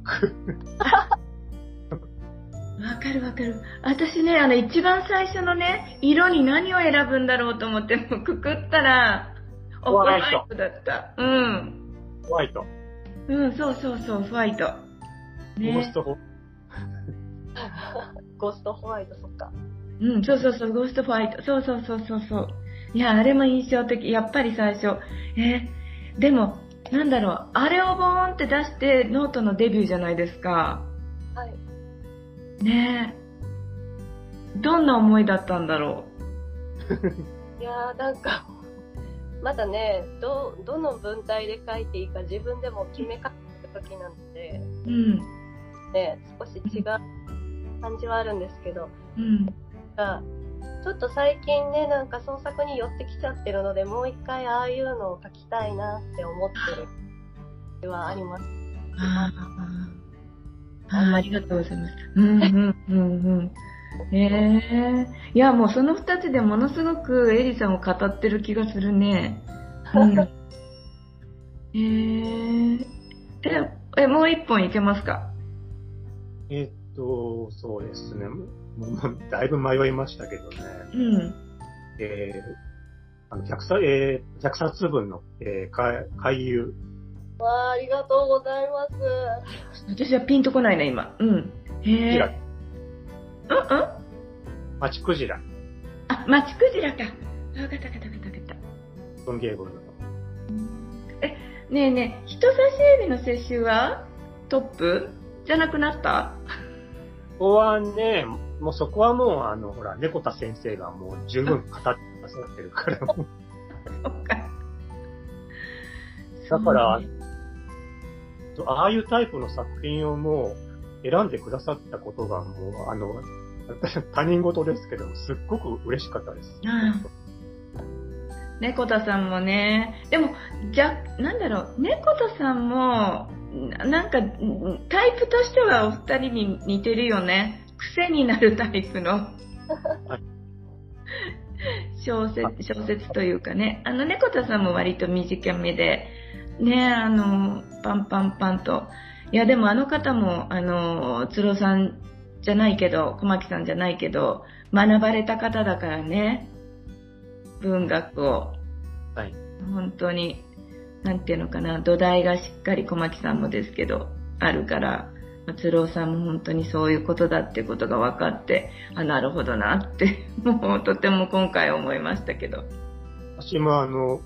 わかるわかる。私ね、一番最初のね、色に何を選ぶんだろうと思って、もうくくったら、ホワイトだった。 ホワイト。 そうそうそう、ホワイト。 ね、ゴーストホワイト、そっか。 そうそうそう、ゴーストホワイト。そうそうそうそうそう。いや、あれも印象的。やっぱり最初。でも、なんだろう、あれをボーンって出してノートのデビューじゃないですか。 はい。 ねえ。どんな思いだったんだろう。いやー、なんか、まだね、どの文体で書いていいか自分でも決めかけた時なので、ね、少し違う感じはあるんですけど、ちょっと最近ね、なんか創作に寄ってきちゃってるので、もう一回ああいうのを書きたいなって思ってるではあります。 ありがとうございます。いや、もうその二つでものすごくエリさんを語ってる気がするね。 うん、 もう一本いけますか？ そうですね。もうだいぶ迷いましたけどね。 うん。 100冊分の、回遊。 わあ、ありがとうございます。 私はピンとこないな、今。うん。へえ。 マチクジラ。 あ、マチクジラか。わかった。 文芸部の。 ねえねえ、人差し指の接種はトップじゃなくなった？ ここはね、もうそこはもう、ほら、猫田先生がもう十分語ってくださってるから。 そっか。 だから、ああいうタイプの作品をもう選んでくださったことがもう、他人事ですけども、すっごく嬉しかったです。 猫田さんもね、でも、なんだろう、猫田さんも、なんか、タイプとしてはお二人に似てるよね。癖になるタイプの小説というかね。猫田さんも割と短めで、ね、パンパンパンと。いや、でもあの方も、鶴尾さんじゃないけど、小牧さんじゃないけど、学ばれた方だからね。文学を。 はい。 本当に、なんていうのかな、土台がしっかり小牧さんもですけど、あるから、鶴尾さんも本当にそういうことだっていうことが分かって、なるほどなって、もうとても今回思いましたけど。 私も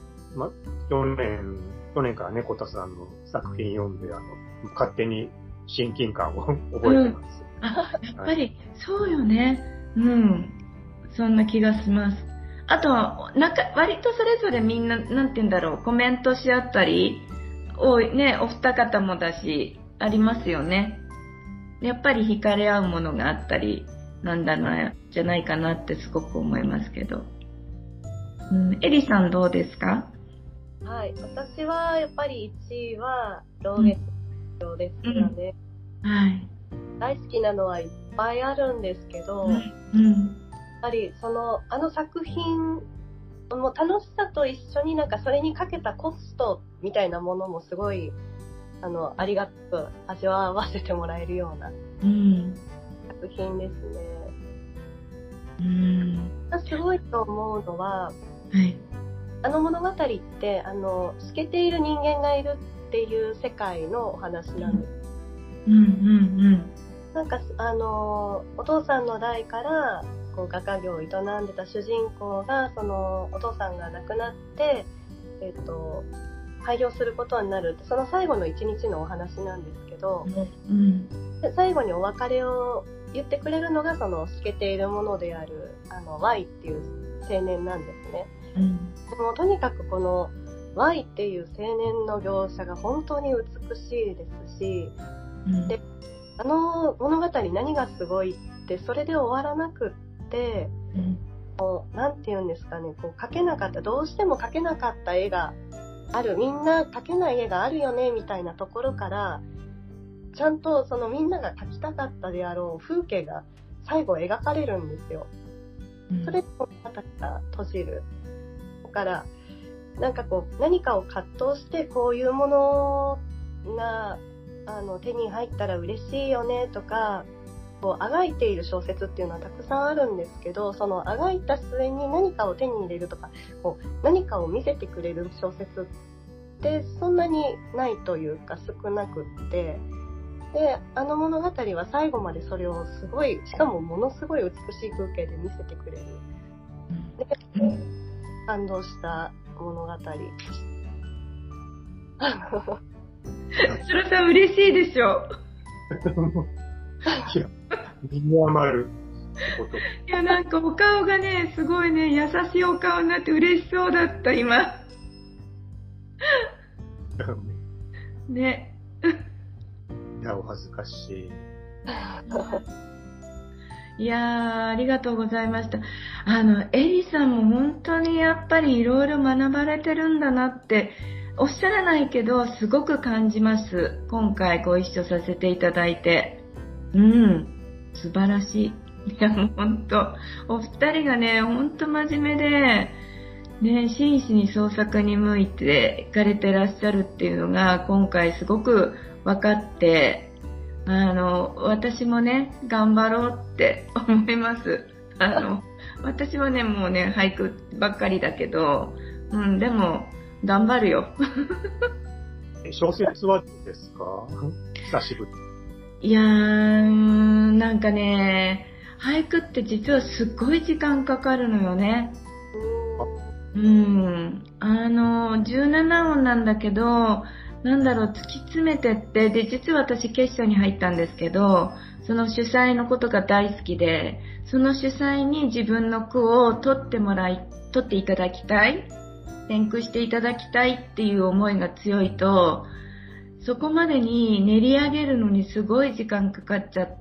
去年から猫田さんの作品読んで、勝手に親近感を覚えてます。 やっぱり、そうよね。うん。そんな気がします。あとは、割とそれぞれみんな、なんて言うんだろう、コメントし合ったり、お二方もだし、ありますよね。やっぱり惹かれ合うものがあったり、なんだな、じゃないかなってすごく思いますけど。エリさんどうですか？ はい、私はやっぱり1位は、老月病ですよね。 はい。 大好きなのはいっぱいあるんですけど、やっぱり作品も楽しさと一緒になんかそれにかけたコストみたいなものもすごいありがたく味わわせてもらえるような作品ですね。すごいと思うのは、物語って透けている人間がいるっていう世界のお話なんです。なんかお父さんの代からこう画家業を営んでた主人公がそのお父さんが亡くなって廃業することになるって、その最後の一日のお話なんですけど、で最後にお別れを言ってくれるのがその透けているものであるY っていう青年なんですね。でもとにかくこの Y っていう青年の描写が本当に美しいですし、で物語何がすごいってそれで終わらなくって、なんて言うんですかね、こうどうしても描けなかった絵がある、みんな描けない絵があるよねみたいなところからちゃんとそのみんなが描きたかったであろう風景が最後描かれるんですよ。それで物語が閉じる。だからなんかこう何かを葛藤してこういうものが手に入ったら嬉しいよねとか、こうあがいている小説っていうのはたくさんあるんですけど、そのあがいた末に何かを手に入れるとか、こう何かを見せてくれる小説ってそんなにないというか少なくって、で物語は最後までそれをすごい、しかもものすごい美しい風景で見せてくれる。で感動した物語。 鶴さん嬉しいでしょ。 いや、身に余ること。 いや、なんかお顔がね、すごいね、優しいお顔になって嬉しそうだった、今。ね。 いや、お恥ずかしい。 いやー、ありがとうございました。エリさんも本当にやっぱりいろいろ学ばれてるんだなって、おっしゃらないけど、すごく感じます。今回ご一緒させていただいて。素晴らしい。いや、もう本当、お二人がね、本当真面目で、ね、真摯に創作に向いていかれてらっしゃるっていうのが、今回すごく分かって、 私もね、頑張ろうって思います。私はね、もうね、俳句ばっかりだけど、でも、頑張るよ。 小説はどうですか？久しぶり。 いやー、なんかね、俳句って実はすっごい時間かかるのよね。17音なんだけど、なんだろう、突き詰めてって、で、実は私決勝に入ったんですけど、その主催のことが大好きで、その主催に自分の句を取っていただきたい、選句していただきたいっていう思いが強いと、そこまでに練り上げるのにすごい時間かかっちゃって、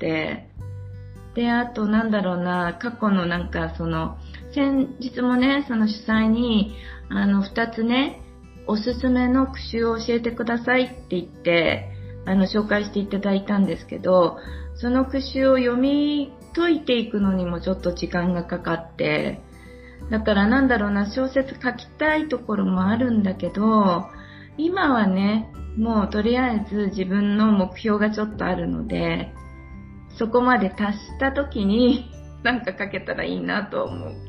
で、あとなんだろうな、過去のなんか先日もね、その主催に、2つね、おすすめの句集を教えてくださいって言って、紹介していただいたんですけど、その句集を読み解いていくのにもちょっと時間がかかって、だからなんだろうな、小説書きたいところもあるんだけど、今はね、もうとりあえず自分の目標がちょっとあるので、そこまで達した時になんか書けたらいいなと思う。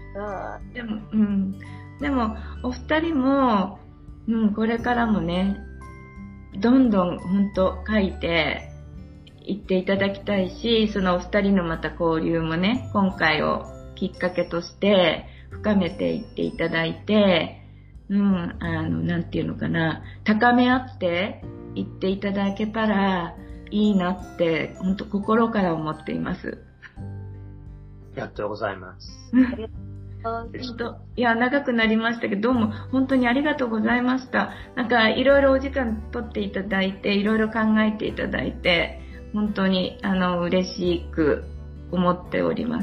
でもお二人も、これからもね、どんどん本当書いていっていただきたいし、そのお二人のまた交流もね、今回をきっかけとして深めていっていただいて、なんていうのかな、高め合っていっていただけたらいいなって、本当心から思っています。 ありがとうございます。 いや、長くなりましたけど、どうも本当にありがとうございました。なんかいろいろお時間取っていただいて、いろいろ考えていただいて、本当に嬉しく思っております。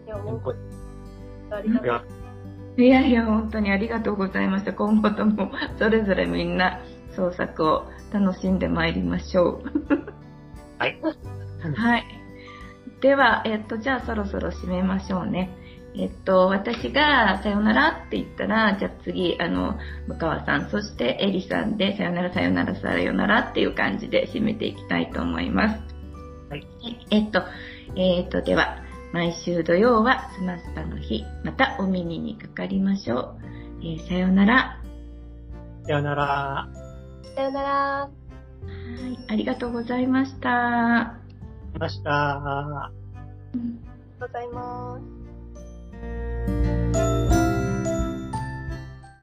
いや本当にありがとうございました。今後ともそれぞれみんな創作を楽しんでまいりましょう。 はい。 はい。では、じゃあそろそろ締めましょうね。私がさよならって言ったら、じゃあ次、向川さん、そしてエリさんでさよならさよならさよならっていう感じで締めていきたいと思います。 はい。 では、毎週土曜はスマスパの日、またお耳にかかりましょう。さよなら。 さよなら。 さよなら。 はい、ありがとうございました。 ありがとうございました。 ありがとうございます。